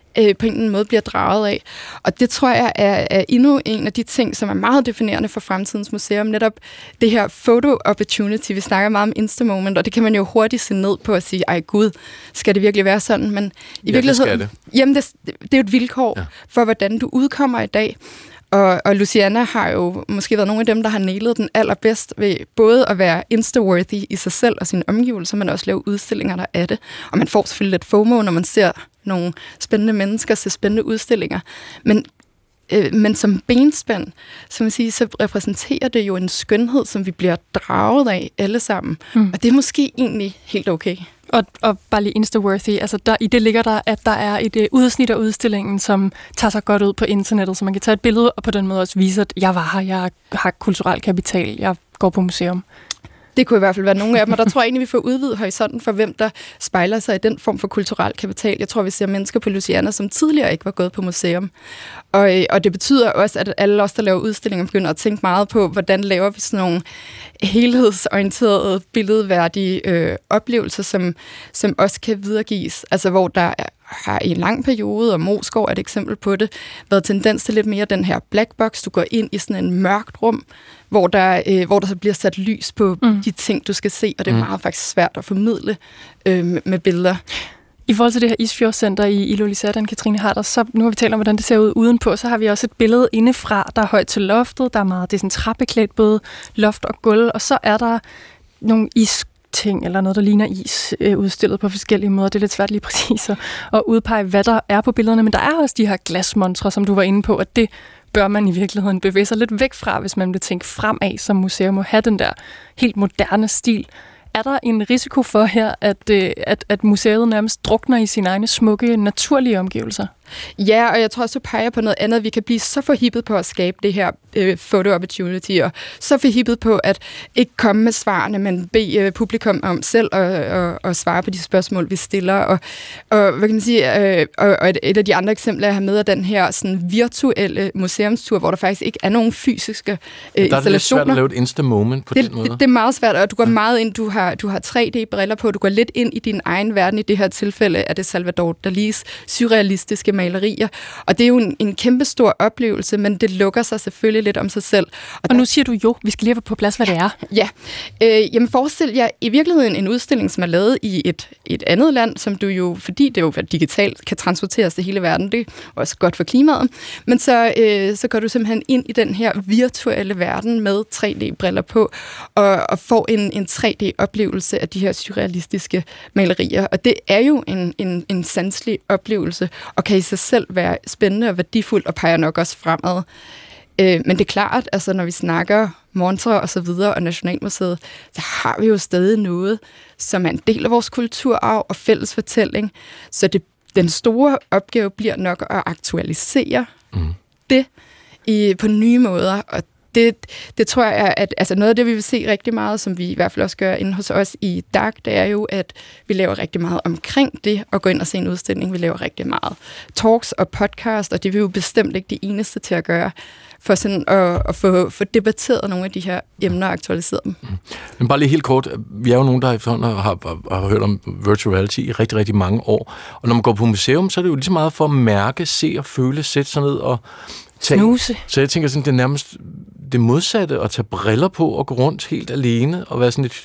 øh, på en eller anden måde bliver draget af. Og det tror jeg er, er endnu en af de ting, som er meget definerende for fremtidens museum. Netop det her photo opportunity. Vi snakker meget om Instamoment, og det kan man jo hurtigt se ned på og sige, ej gud, skal det virkelig være sådan? Men i ja, virkeligheden, det, jamen det, det er jo et vilkår ja. for, hvordan du udkommer i dag. Og, og Luciana har jo måske været nogle af dem, der har nailet den allerbedst ved både at være insta-worthy i sig selv og sine omgivelser, men også lave udstillinger, der er det. Og man får selvfølgelig lidt FOMO, når man ser nogle spændende mennesker se spændende udstillinger. Men, øh, men som benspænd, så, man sige, så repræsenterer det jo en skønhed, som vi bliver draget af alle sammen. Mm. Og det er måske egentlig helt okay. Og, og bare lige Insta-worthy, altså der, i det ligger der, at der er et uh, udsnit af udstillingen, som tager sig godt ud på internettet, så man kan tage et billede og på den måde også vise, at jeg var her, jeg har kulturel kapital, jeg går på museum. Det kunne i hvert fald være nogle af dem, og der tror jeg egentlig, vi får udvidet horisonten for, hvem der spejler sig i den form for kulturel kapital. Jeg tror, vi ser mennesker på Luciana, som tidligere ikke var gået på museum. Og, og det betyder også, at alle os, der laver udstillinger, begynder at tænke meget på, hvordan laver vi sådan nogle helhedsorienterede, billedværdige øh, oplevelser, som, som også kan videregives. Altså, hvor der er har i en lang periode, og Moskov er et eksempel på det, været tendens til lidt mere den her black box. Du går ind i sådan en mørkt rum, hvor der, øh, hvor der så bliver sat lys på mm. de ting, du skal se, og det er mm. meget faktisk svært at formidle øh, med, med billeder. I forhold til det her Isfjordscenter i Ilulissat, Katrine Harder, så nu har vi talt om, hvordan det ser ud udenpå, så har vi også et billede indefra, der er højt til loftet, der er meget, det er sådan trappeklædt, både loft og gulv, og så er der nogle is ting eller noget, der ligner is, øh, udstillet på forskellige måder. Det er lidt svært lige præcis at, at udpege, hvad der er på billederne, men der er også de her glasmontre, som du var inde på, at det bør man i virkeligheden bevæge sig lidt væk fra, hvis man vil tænke fremad som museum og have den der helt moderne stil. Er der en risiko for her, at, øh, at, at museet nærmest drukner i sine egne smukke, naturlige omgivelser? Ja, og jeg tror også, du peger på noget andet. Vi kan blive så forhippet på at skabe det her øh, photo opportunity, og så forhippet på at ikke komme med svarene, men bede øh, publikum om selv at, at, at svare på de spørgsmål, vi stiller. Og, og hvad kan man sige? Øh, og, og et, et af de andre eksempler, jeg har med, er den her sådan, virtuelle museumstur, hvor der faktisk ikke er nogen fysiske øh, installationer. Der er det lidt svært at lave et Insta-moment på det, den måde. Det, det er meget svært, og du går meget ind, du har, du har tre D-briller på, du går lidt ind i din egen verden. I det her tilfælde er det Salvador Dalis surrealistiske malerier. Og det er jo en, en kæmpe stor oplevelse, men det lukker sig selvfølgelig lidt om sig selv. Og, og nu siger du jo, vi skal lige have på plads, hvad det er. Ja. Øh, jamen forestil jer i virkeligheden en udstilling, som er lavet i et, et andet land, som du jo, fordi det jo digitalt kan transporteres til hele verden, det er også godt for klimaet, men så, øh, så går du simpelthen ind i den her virtuelle verden med tre D-briller på, og, og får en, en tre D-oplevelse af de her surrealistiske malerier. Og det er jo en, en, en sanselig oplevelse, og kan i sig selv være spændende og værdifuld, og peger nok også fremad. Øh, men det er klart, altså når vi snakker Montre og så videre, og Nationalmuseet, så har vi jo stadig noget, som er en del af vores kulturarv og fælles fortælling. Så det, den store opgave bliver nok at aktualisere mm. det i, på nye måder, og Det, det tror jeg er, at altså noget af det, vi vil se rigtig meget, som vi i hvert fald også gør inde hos os i D A C, det er jo, at vi laver rigtig meget omkring det, og gå ind og se en udstilling. Vi laver rigtig meget talks og podcast, og det er vi jo bestemt ikke de eneste til at gøre, for sådan at, at få, få debatteret nogle af de her emner og aktualiseret dem. Mm. Men bare lige helt kort, vi er jo nogen, der har, har, har hørt om virtual reality i rigtig, rigtig mange år, og når man går på museum, så er det jo lige så meget for at mærke, se og føle, sætte sig ned og snuse. Så jeg tænker sådan, det er nærmest det modsatte at tage briller på og gå rundt helt alene og være sådan lidt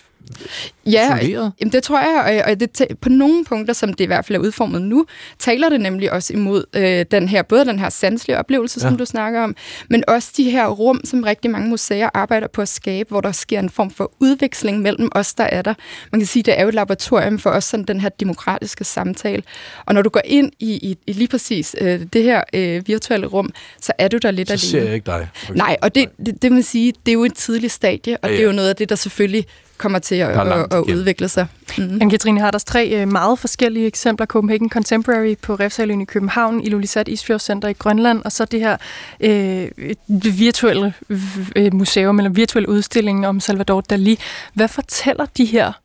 ja, jamen det tror jeg, og det t- på nogle punkter, som det i hvert fald er udformet nu, taler det nemlig også imod øh, den her, både den her sanselige oplevelse, som ja. du snakker om, men også de her rum, som rigtig mange museer arbejder på at skabe, hvor der sker en form for udveksling mellem os, der er der. Man kan sige, det er jo et laboratorium for os, sådan den her demokratiske samtale. Og når du går ind i, i, i lige præcis øh, det her øh, virtuelle rum, så er du der lidt så alene. Så ser jeg ikke dig. Okay. Nej, og det, det, det vil sige, det er jo et tidligt stadie, og ja, ja. det er jo noget af det, der selvfølgelig kommer til at, at, at udvikle sig. Mm-hmm. Anne-Katrine Harders tre meget forskellige eksempler. Copenhagen Contemporary på Refshaløen i København, Ilulissat Isfjordscenter i Grønland, og så det her øh, virtuelle øh, museum, eller virtuelle udstilling om Salvador Dalí. Hvad fortæller de her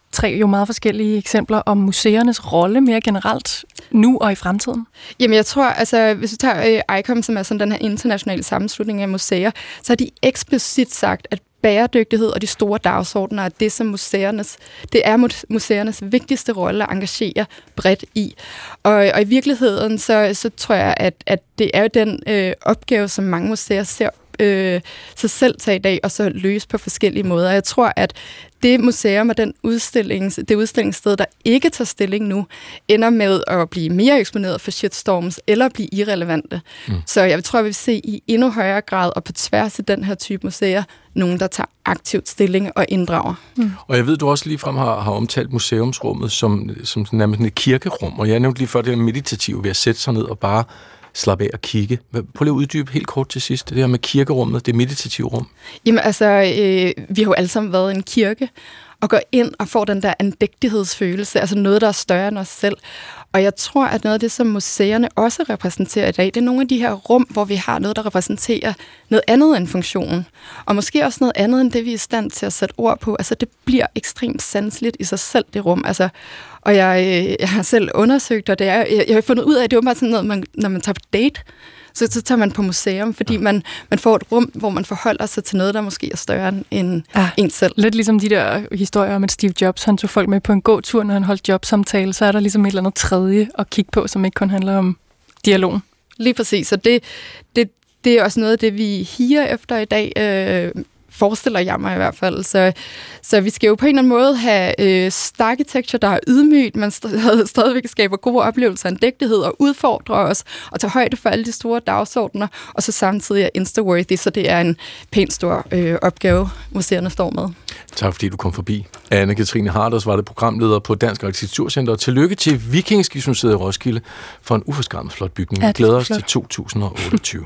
tre jo meget forskellige eksempler om museernes rolle mere generelt nu og i fremtiden. Jamen jeg tror, altså hvis vi tager øh, I C O M, som er sådan den her internationale sammenslutning af museer, så har de eksplicit sagt, at bæredygtighed og de store dagsordner er det, som museernes, det er museernes vigtigste rolle at engagere bredt i. Og, og i virkeligheden, så, så tror jeg, at, at det er jo den øh, opgave, som mange museer ser øh, sig selv tage i dag, og så løse på forskellige måder. Jeg tror, at det museum og den udstilling, det udstillingssted, der ikke tager stilling nu, ender med at blive mere eksponeret for shitstorms, eller blive irrelevante. Mm. Så jeg tror, at vi vil se i endnu højere grad, og på tværs af den her type museer, nogen, der tager aktivt stilling og inddrager. Mm. Og jeg ved, du også ligefrem har, har omtalt museumsrummet som, som nærmest et kirkerum, og jeg nævnte lige før det meditative ved at sætte sig ned og bare slappe af og kigge. Prøv lige at uddybe helt kort til sidst, det her med kirkerummet, det meditative rum. Jamen altså, øh, vi har jo alle sammen været i en kirke, og går ind og får den der andægtighedsfølelse, altså noget, der er større end os selv. Og jeg tror, at noget af det, som museerne også repræsenterer i dag, det er nogle af de her rum, hvor vi har noget, der repræsenterer noget andet end funktionen. Og måske også noget andet end det, vi er i stand til at sætte ord på. Altså, det bliver ekstremt sanseligt i sig selv, det rum. Altså, og jeg, jeg har selv undersøgt, og det er, jeg, jeg har fundet ud af, at det er bare sådan noget, man, når man tager på date, så, så tager man på museum, fordi man, man får et rum, hvor man forholder sig til noget, der måske er større end ja, en selv. Lidt ligesom de der historier om, at Steve Jobs, han tog folk med på en gåtur, når han holdt jobsamtale, så er der ligesom et eller andet tredje at kigge på, som ikke kun handler om dialogen. Lige præcis, og det, det, det er også noget af det, vi higer efter i dag, øh, forestiller jeg mig i hvert fald. Så, så vi skal jo på en eller anden måde have øh, architecture, der er ydmygt, men st- stadigvæk skaber gode oplevelser af andægtighed og udfordrer os, og tager højde for alle de store dagsordner, og så samtidig er Insta-worthy, så det er en pænt stor øh, opgave, museerne står med. Tak fordi du kom forbi. Anne-Katrine Harders var det programleder på Dansk Arkitekturcenter. Tillykke til Vikingeskibsmuseet i Roskilde for en uforskræmmet flot bygning. Vi glæder os til to tusind og otteogtyve.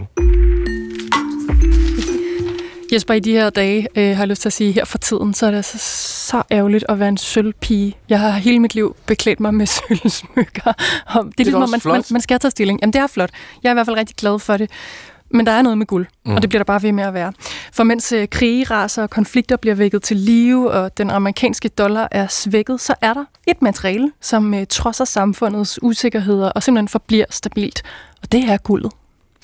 Jesper, i de her dage, øh, har jeg lyst til at sige, her for tiden, så er det altså så ærgerligt at være en sølvpige. Jeg har hele mit liv beklædt mig med sølvsmykker. Og det er, det er ligesom, man, man, man skal tage stilling. Jamen, det er flot. Jeg er i hvert fald rigtig glad for det. Men der er noget med guld, mm. og det bliver der bare ved med at være. For mens øh, krige, raser og konflikter bliver vækket til live, og den amerikanske dollar er svækket, så er der et materiale, som øh, trodser samfundets usikkerheder og simpelthen forbliver stabilt. Og det er guldet.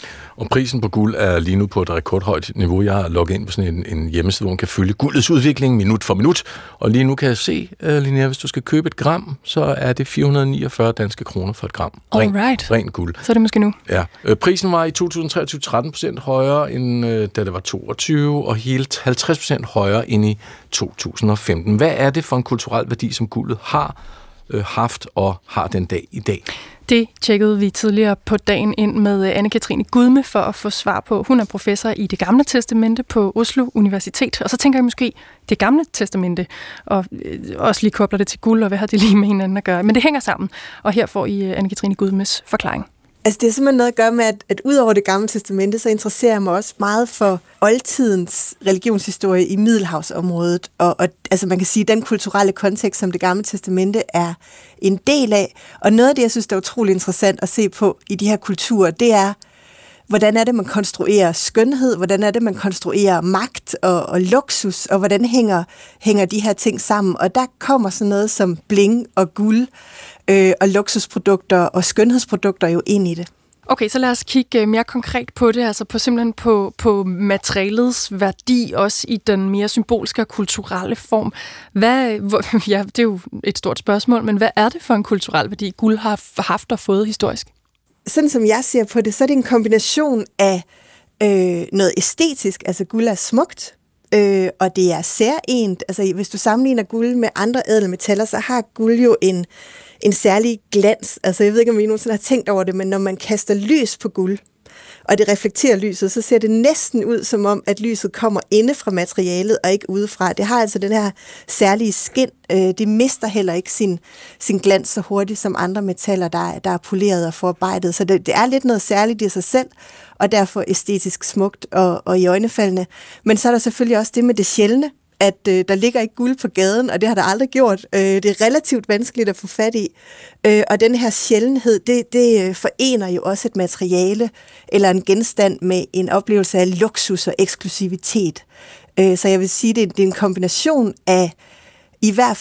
Og prisen på guld er lige nu på et rekordhøjt niveau. Jeg har logget ind på sådan en, en hjemmeside, hvor man kan følge guldets udvikling minut for minut. Og lige nu kan jeg se, uh, Linnea, hvis du skal købe et gram, så er det fire hundrede niogfyrre danske kroner for et gram. Ren, Alright. ren guld. Så er det måske nu. Ja. Uh, prisen var i to tusind treogtyve tretten procent højere, end uh, da det var toogtyve, og helt halvtreds procent højere end i to tusind og femten. Hvad er det for en kulturel værdi, som guldet har uh, haft og har den dag i dag? Det tjekkede vi tidligere på dagen ind med Anne-Katrine Gudme for at få svar på. Hun er professor i Det Gamle Testamente på Oslo Universitet. Og så tænker jeg måske, Det Gamle Testamente, og også lige kobler det til guld, og hvad har det lige med hinanden at gøre. Men det hænger sammen, og her får I Anne-Katrine Gudmes forklaring. Altså det er simpelthen noget at gøre med, at, at ud over Det Gamle Testamente, så interesserer jeg mig også meget for oldtidens religionshistorie i Middelhavsområdet. Og, og altså man kan sige, den kulturelle kontekst, som Det Gamle Testamente er en del af. Og noget af det, jeg synes, der er utrolig interessant at se på i de her kulturer, det er, hvordan er det, man konstruerer skønhed, hvordan er det, man konstruerer magt og, og luksus, og hvordan hænger, hænger de her ting sammen. Og der kommer sådan noget som bling og guld, øh, og luksusprodukter og skønhedsprodukter jo ind i det. Okay, så lad os kigge mere konkret på det, altså på simpelthen på, på materialets værdi, også i den mere symbolske og kulturelle form. Hvad, hvor, ja, det er jo et stort spørgsmål, men hvad er det for en kulturel værdi, guld har haft og fået historisk? Sådan som jeg ser på det, så er det en kombination af øh, noget æstetisk, altså guld er smukt, øh, og det er særligt. Altså hvis du sammenligner guld med andre ædelmetaller, så har guld jo en, en særlig glans. Altså jeg ved ikke, om I nogensinde har tænkt over det, men når man kaster lys på guld, og det reflekterer lyset, så ser det næsten ud som om, at lyset kommer inde fra materialet og ikke udefra. Det har altså den her særlige skin. Det mister heller ikke sin, sin glans så hurtigt som andre metaller, der, der er poleret og forarbejdet. Så det, det er lidt noget særligt i sig selv, og derfor æstetisk smukt og, og i øjnefaldende. Men så er der selvfølgelig også det med det sjældne, at øh, der ligger ikke guld på gaden, og det har der aldrig gjort. Øh, det er relativt vanskeligt at få fat i. Øh, og den her sjældenhed, det, det forener jo også et materiale eller en genstand med en oplevelse af luksus og eksklusivitet. Øh, så jeg vil sige, det, det er en kombination af i hvert fald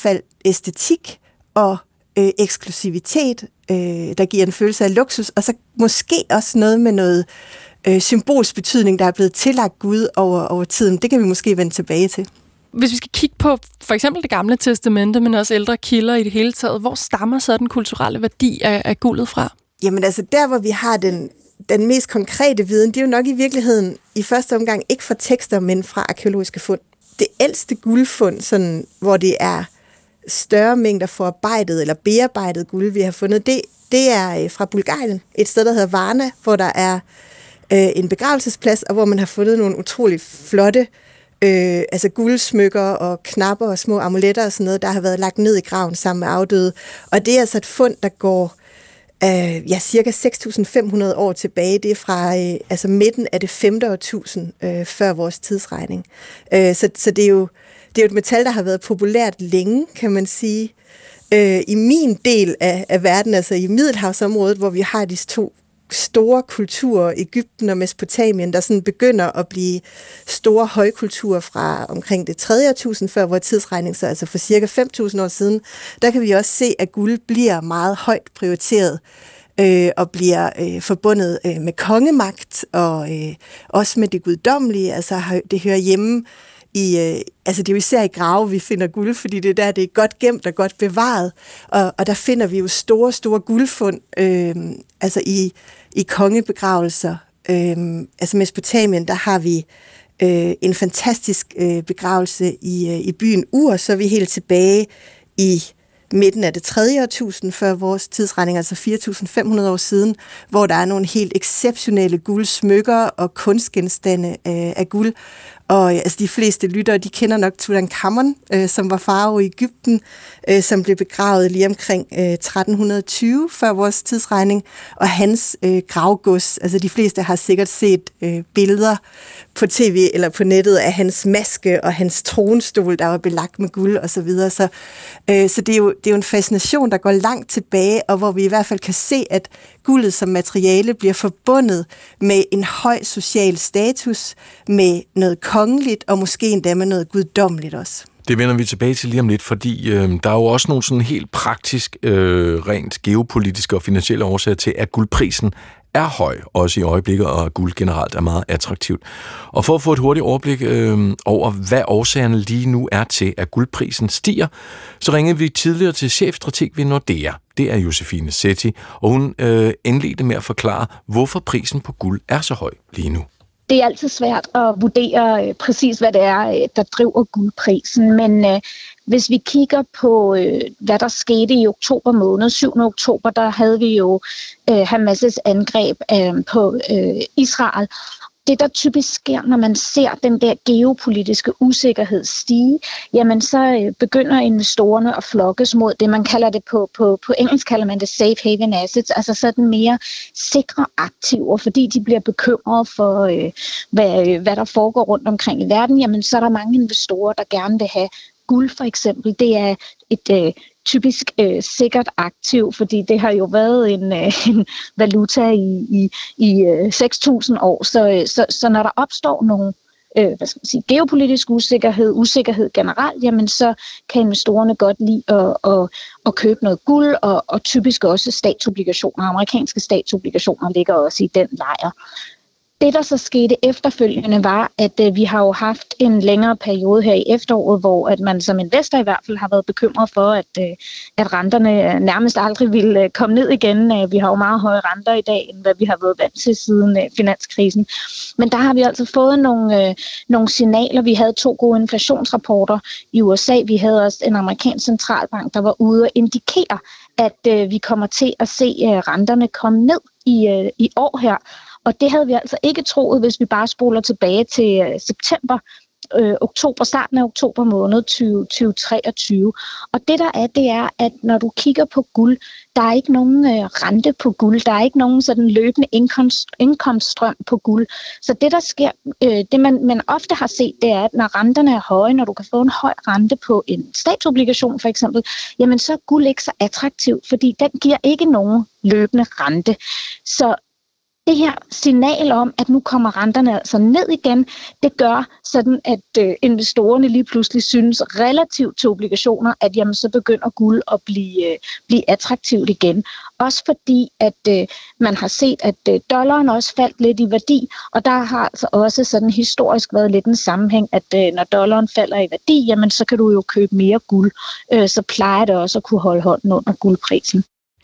æstetik og øh, eksklusivitet, øh, der giver en følelse af luksus, og så måske også noget med noget øh, symbolsk betydning, der er blevet tillagt Gud over, over tiden. Det kan vi måske vende tilbage til. Hvis vi skal kigge på for eksempel det gamle testamente, men også ældre kilder i det hele taget, hvor stammer så den kulturelle værdi af, af guldet fra? Jamen altså, der hvor vi har den, den mest konkrete viden, det er jo nok i virkeligheden i første omgang ikke fra tekster, men fra arkæologiske fund. Det ældste guldfund, sådan, hvor det er større mængder forarbejdet eller bearbejdet guld, vi har fundet, det, det er fra Bulgarien. Et sted, der hedder Varna, hvor der er øh, en begravelsesplads, og hvor man har fundet nogle utrolig flotte Øh, altså guldsmykker og knapper og små amuletter og sådan noget, der har været lagt ned i graven sammen med afdøde. Og det er altså et fund, der går øh, ja, cirka seks tusind fem hundrede år tilbage. Det er fra øh, altså midten af det femte årtusind øh, før vores tidsregning. Øh, så så det, er jo, det er jo et metal, der har været populært længe, kan man sige. Øh, I min del af, af verden, altså i Middelhavsområdet, hvor vi har de to store kulturer, Egypten og Mesopotamien, der sådan begynder at blive store højkulturer fra omkring det tredje årtusind før vores tidsregning, så altså for cirka fem tusind år siden, der kan vi også se, at guld bliver meget højt prioriteret øh, og bliver øh, forbundet øh, med kongemagt og øh, også med det guddommelige. Altså det hører hjemme i, øh, altså det er jo især i grave, vi finder guld, fordi det er der, det er godt gemt og godt bevaret. Og, og der finder vi jo store, store guldfund, øh, altså i, i kongebegravelser. Øh, altså Mesopotamien, der har vi øh, en fantastisk øh, begravelse i, øh, i byen Ur, så er vi helt tilbage i midten af det tredje årtusind før vores tidsregning, altså fire tusind fem hundrede år siden, hvor der er nogle helt exceptionelle guldsmykker og kunstgenstande øh, af guld. Og altså, de fleste lyttere, de kender nok Tutankhamon, øh, som var farao i Egypten, øh, som blev begravet lige omkring øh, tretten tyve før vores tidsregning, og hans øh, gravgods, altså de fleste har sikkert set øh, billeder på tv eller på nettet af hans maske og hans tronstol, der var belagt med guld og så videre. Så, øh, så det, er jo, det er jo en fascination, der går langt tilbage, og hvor vi i hvert fald kan se, at guldet som materiale bliver forbundet med en høj social status, med noget kongeligt, og måske endda med noget guddommeligt også. Det vender vi tilbage til lige om lidt, fordi øh, der er jo også nogle sådan helt praktisk, øh, rent geopolitiske og finansielle årsager til, at guldprisen er høj, også i øjeblikket, og guld generelt er meget attraktivt. Og for at få et hurtigt overblik øh, over, hvad årsagerne lige nu er til, at guldprisen stiger, så ringede vi tidligere til chefstrateg ved Nordea. Det er Josefine Sethi, og hun øh, indledte med at forklare, hvorfor prisen på guld er så høj lige nu. Det er altid svært at vurdere øh, præcis, hvad det er, øh, der driver guldprisen, men øh, hvis vi kigger på, øh, hvad der skete i oktober måned, syvende oktober, der havde vi jo øh, Hamas' angreb øh, på øh, Israel. Det, der typisk sker, når man ser den der geopolitiske usikkerhed stige, jamen så begynder investorerne at flokkes mod det, man kalder det på, på, på engelsk kalder man det safe haven assets, altså sådan mere sikre aktiver, fordi de bliver bekymrede for, øh, hvad, hvad der foregår rundt omkring i verden, jamen så er der mange investorer, der gerne vil have guld for eksempel. Det er et øh, typisk øh, sikkert aktiv, fordi det har jo været en, øh, en valuta i, i, i øh, seks tusind år. Så, så, så når der opstår nogle øh, hvad skal man sige, geopolitisk usikkerhed, usikkerhed generelt, jamen så kan investorerne godt lide at, at, at købe noget guld, og, og typisk også statsobligationer. Amerikanske statsobligationer ligger også i den lejr. Det, der så skete efterfølgende, var, at øh, vi har jo haft en længere periode her i efteråret, hvor at man som investor i hvert fald har været bekymret for, at, øh, at renterne nærmest aldrig ville øh, komme ned igen. Øh, vi har jo meget høje renter i dag, end hvad vi har været vant til siden øh, finanskrisen. Men der har vi altså fået nogle, øh, nogle signaler. Vi havde to gode inflationsrapporter i U S A. Vi havde også en amerikansk centralbank, der var ude og indikere, at øh, vi kommer til at se øh, renterne komme ned i, øh, i år her. Og det havde vi altså ikke troet, hvis vi bare spoler tilbage til øh, september, øh, oktober, starten af oktober måned tyve treogtyve. Og det der er, det er, at når du kigger på guld, der er ikke nogen øh, rente på guld, der er ikke nogen sådan løbende indkomst, indkomststrøm på guld. Så det der sker, øh, det man, man ofte har set, det er, at når renterne er høje, når du kan få en høj rente på en statsobligation for eksempel, jamen så er guld ikke så attraktivt, fordi den giver ikke nogen løbende rente. Så det her signal om, at nu kommer renterne altså ned igen, det gør sådan, at øh, investorerne lige pludselig synes relativt til obligationer, at jamen, så begynder guld at blive, øh, blive attraktivt igen. Også fordi, at øh, man har set, at øh, dollaren også faldt lidt i værdi, og der har altså også sådan historisk været lidt en sammenhæng, at øh, når dollaren falder i værdi, jamen så kan du jo købe mere guld, øh, så plejer det også at kunne holde hånden under guldprisen.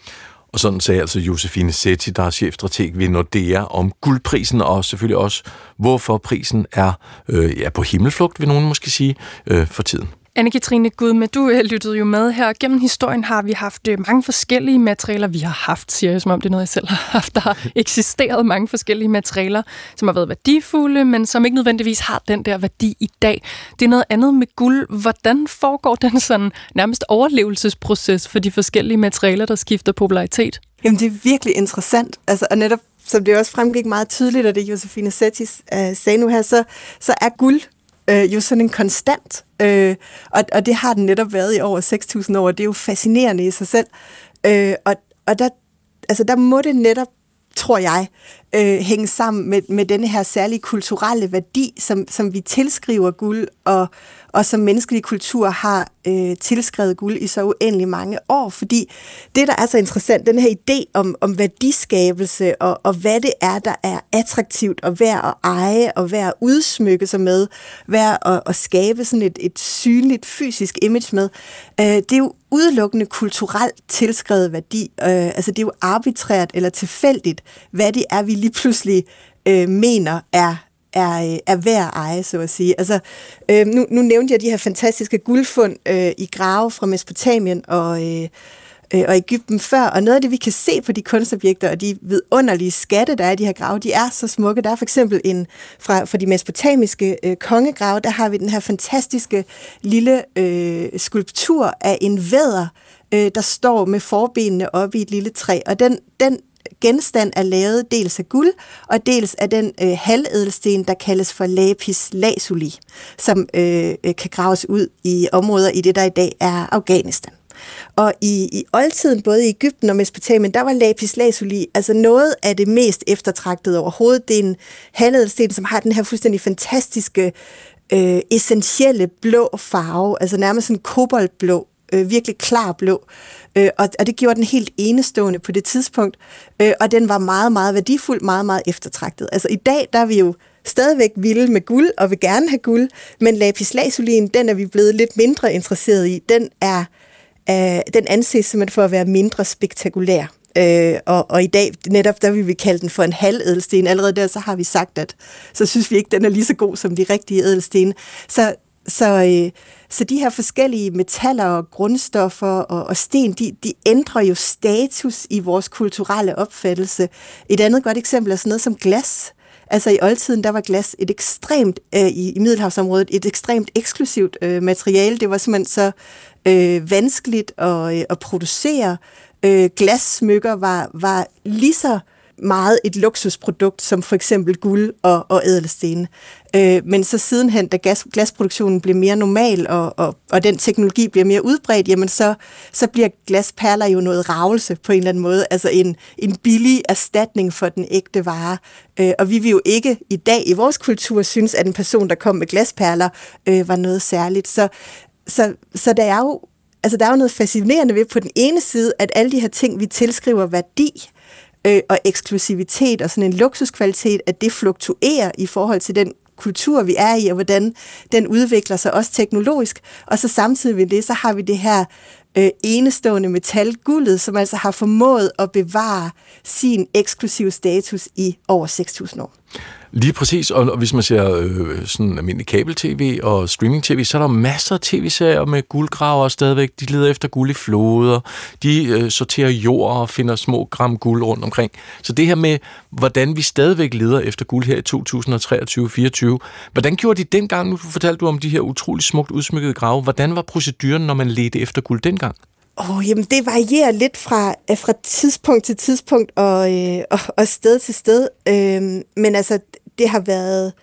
Og sådan sagde altså Josefine Sethi, der er chefstrateg ved Nordea, om guldprisen, og selvfølgelig også, hvorfor prisen er øh, ja, på himmelflugt, vil nogen måske sige, øh, for tiden. Anne-Katrine Gudme, du øh, lyttede jo med her. Gennem historien har vi haft øh, mange forskellige materialer. Vi har haft, siger jeg, som om det er noget, jeg selv har haft. Der har eksisteret mange forskellige materialer, som har været værdifulde, men som ikke nødvendigvis har den der værdi i dag. Det er noget andet med guld. Hvordan foregår den sådan nærmest overlevelsesproces for de forskellige materialer, der skifter popularitet? Jamen, det er virkelig interessant. Altså, og netop, som det også fremgik meget tydeligt, at det Josefine Sethi øh, sagde nu her, så, så er guld Øh, jo sådan en konstant, øh, og, og det har den netop været i over seks tusind år, og det er jo fascinerende i sig selv. Øh, og og der, altså der må det netop, tror jeg, øh, hænge sammen med, med denne her særlige kulturelle værdi, som, som vi tilskriver guld, og, og som menneskelig kultur har øh, tilskrevet guld i så uendelig mange år. Fordi det, der er så interessant, den her idé om, om værdiskabelse, og, og hvad det er, der er attraktivt og værd at eje, og værd at udsmykke sig med, værd at, at skabe sådan et, et synligt fysisk image med, øh, det er jo udelukkende kulturelt tilskrevet værdi. Øh, altså det er jo arbitrært eller tilfældigt, hvad det er, vi lige pludselig øh, mener er er, er værd at eje, så at sige. Altså, øh, nu, nu nævnte jeg de her fantastiske guldfund øh, i grave fra Mesopotamien og, øh, øh, og Egypten før, og noget af det, vi kan se på de kunstobjekter og de vidunderlige skatte, der er i de her grave, de er så smukke. Der er for eksempel en fra, fra de mesopotamiske øh, kongegrave, der har vi den her fantastiske lille øh, skulptur af en vædder, øh, der står med forbenene oppe i et lille træ, og den, den genstand er lavet dels af guld, og dels af den øh, halvædelsten, der kaldes for lapis lazuli, som øh, kan graves ud i områder i det, der i dag er Afghanistan. Og i, i oldtiden, både i Egypten og Mesopotamien, der var lapis lazuli altså noget af det mest eftertragtede overhovedet. Det er en halvædelsten, som har den her fuldstændig fantastiske, øh, essentielle blå farve, altså nærmest sådan koboldblå, øh, virkelig klar blå. Øh, og, og det gjorde den helt enestående på det tidspunkt, øh, og den var meget, meget værdifuld, meget, meget eftertragtet. Altså i dag, der er vi jo stadigvæk vilde med guld, og vil gerne have guld, men lapis lazulien, den er vi blevet lidt mindre interesseret i. Den er, øh, den anses simpelthen for at være mindre spektakulær. Øh, og, og i dag, netop der vil vi kalde den for en halvædelsten. Allerede der, så har vi sagt, at så synes vi ikke, den er lige så god som de rigtige ædelstene. Så Så, øh, så de her forskellige metaller og grundstoffer og, og sten, de, de ændrer jo status i vores kulturelle opfattelse. Et andet godt eksempel er sådan noget som glas. Altså i oldtiden, der var glas et ekstremt, øh, i, i Middelhavsområdet, et ekstremt eksklusivt øh, materiale. Det var simpelthen så øh, vanskeligt at, øh, at producere. Øh, glassmykker var, var lige så meget et luksusprodukt, som for eksempel guld og, og ædelsten. Øh, men så sidenhen, da gas, glasproduktionen bliver mere normal, og, og, og den teknologi bliver mere udbredt, jamen så, så bliver glasperler jo noget ravelse på en eller anden måde, altså en, en billig erstatning for den ægte vare. Øh, og vi vil jo ikke i dag i vores kultur synes, at en person, der kom med glasperler, øh, var noget særligt. Så, så, så der er jo altså, der er jo noget fascinerende ved på den ene side, at alle de her ting, vi tilskriver værdi, øh, og eksklusivitet og sådan en luksuskvalitet, at det fluktuerer i forhold til den kultur, vi er i, og hvordan den udvikler sig også teknologisk. Og så samtidig med det, så har vi det her øh, enestående metal, guldet, som altså har formået at bevare sin eksklusive status i over seks tusind år. Lige præcis, og, og hvis man ser øh, sådan almindelig kabel-tv og streaming-tv, så er der masser af tv-serier med guldgraver stadigvæk. De leder efter guld i floder, de øh, sorterer jord og finder små gram guld rundt omkring. Så det her med, hvordan vi stadigvæk leder efter guld her i to tusind treogtyve fireogtyve, hvordan gjorde de dengang? Nu fortalte du om de her utrolig smukt udsmykkede grave. Hvordan var proceduren, når man ledte efter guld dengang? Åh, oh, jamen det varierer lidt fra, fra tidspunkt til tidspunkt og, øh, og, og sted til sted. Øh, men altså, det har været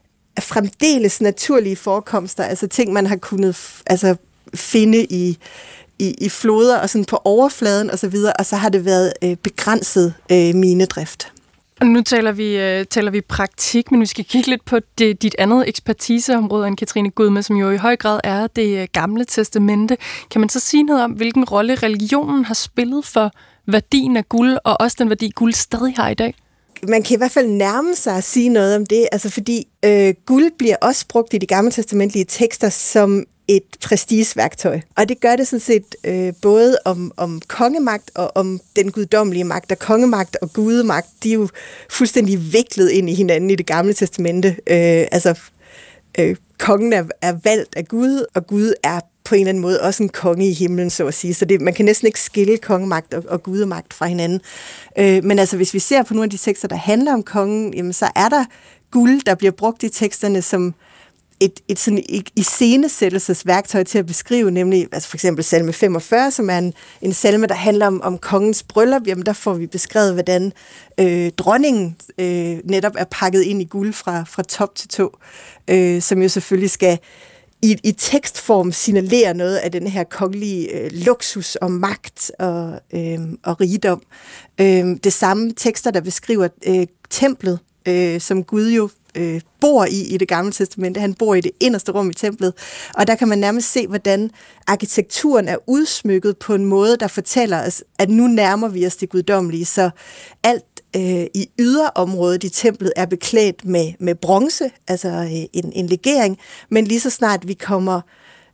fremdeles naturlige forekomster, altså ting, man har kunnet altså, finde i, i, i floder og sådan på overfladen og så videre, og så har det været øh, begrænset øh, minedrift. Og nu taler vi, uh, taler vi praktik, men vi skal kigge lidt på det, dit andet ekspertiseområde, Anne-Katrine Gudme, som jo i høj grad er det uh, gamle testamente. Kan man så sige noget om, hvilken rolle religionen har spillet for værdien af guld, og også den værdi, guld stadig har i dag? Man kan i hvert fald nærme sig at sige noget om det, altså fordi øh, guld bliver også brugt i de gamle testamentlige tekster som et prestigeværktøj. Og det gør det sådan set øh, både om, om kongemagt og om den guddommelige magt. Og kongemagt og gudemagt, de er jo fuldstændig viklet ind i hinanden i det gamle testamente. Øh, altså, øh, kongen er, er valgt af Gud, og Gud er på en eller anden måde også en konge i himlen, så at sige. Så det, man kan næsten ikke skille kongemagt og, og gudemagt fra hinanden. Øh, men altså, hvis vi ser på nogle af de tekster, der handler om kongen, jamen, så er der guld, der bliver brugt i teksterne som et, et sådan iscenesættelsesværktøj til at beskrive, nemlig altså for eksempel salme femogfyrre, som er en, en salme, der handler om, om kongens bryllup. Jamen, der får vi beskrevet, hvordan øh, dronningen øh, netop er pakket ind i guld fra, fra top til tå, øh, som jo selvfølgelig skal i, i tekstform signalerer noget af den her kongelige øh, luksus og magt og, øh, og rigdom. Øh, det samme tekster, der beskriver øh, templet, øh, som Gud jo øh, bor i i det gamle testamente. Han bor i det inderste rum i templet, og der kan man nærmest se, hvordan arkitekturen er udsmykket på en måde, der fortæller os, at nu nærmer vi os det guddommelige. Så alt øh, i yderområdet i templet er beklædt med, med bronze, altså øh, en, en legering, men lige så snart vi kommer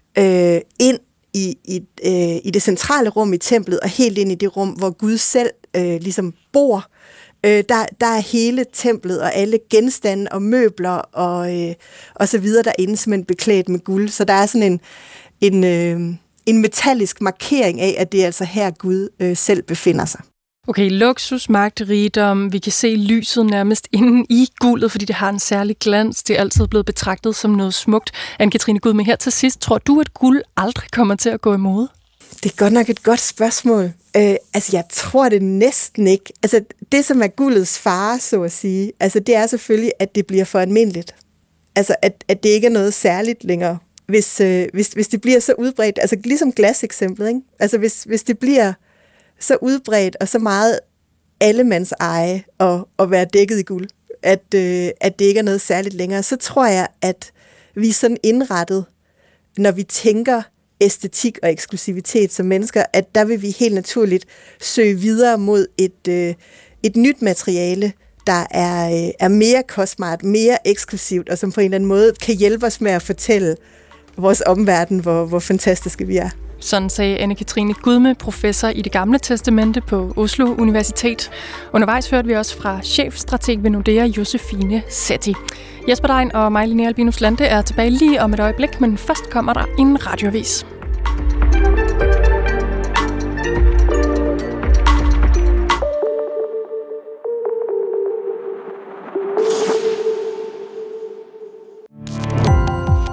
øh, ind i, i, øh, i det centrale rum i templet, og helt ind i det rum, hvor Gud selv øh, ligesom bor, øh, der, der er hele templet og alle genstande og møbler og, øh, og så videre derinde simpelthen beklædt med guld. Så der er sådan en, en, øh, en metallisk markering af, at det er altså her Gud øh, selv befinder sig. Okay, luksus, magt, rigdom. Vi kan se lyset nærmest inde i guldet, fordi det har en særlig glans. Det er altid blevet betragtet som noget smukt. Anne-Katrine Gudme, her til sidst. Tror du, at guld aldrig kommer til at gå i mode? Det er godt nok et godt spørgsmål. Øh, altså, jeg tror det næsten ikke. Altså, det, som er guldets fare, så at sige, altså, det er selvfølgelig, at det bliver for almindeligt. Altså, at, at det ikke er noget særligt længere. Hvis, øh, hvis, hvis det bliver så udbredt, altså ligesom glaseksemplet, ikke? Altså, hvis, hvis det bliver så udbredt og så meget allemands eje og, og være dækket i guld, at, øh, at det ikke er noget særligt længere, så tror jeg, at vi er sådan indrettet, når vi tænker æstetik og eksklusivitet som mennesker, at der vil vi helt naturligt søge videre mod et, øh, et nyt materiale, der er, øh, er mere kostbart, mere eksklusivt, og som på en eller anden måde kan hjælpe os med at fortælle vores omverden, hvor, hvor fantastiske vi er. Sådan sagde Anne-Katrine Gudme, professor i det gamle testamente på Oslo Universitet. Undervejs hørte vi også fra chefstrateg ved Nordea, Josefine Setti. Jesper Dein og mig, Linnea Albinus Lande, er tilbage lige om et øjeblik, men først kommer der en radioavis.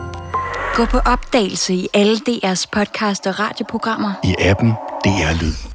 Gå på opdagelse i alle D R's podcast og radioprogrammer. I appen D R Lyd.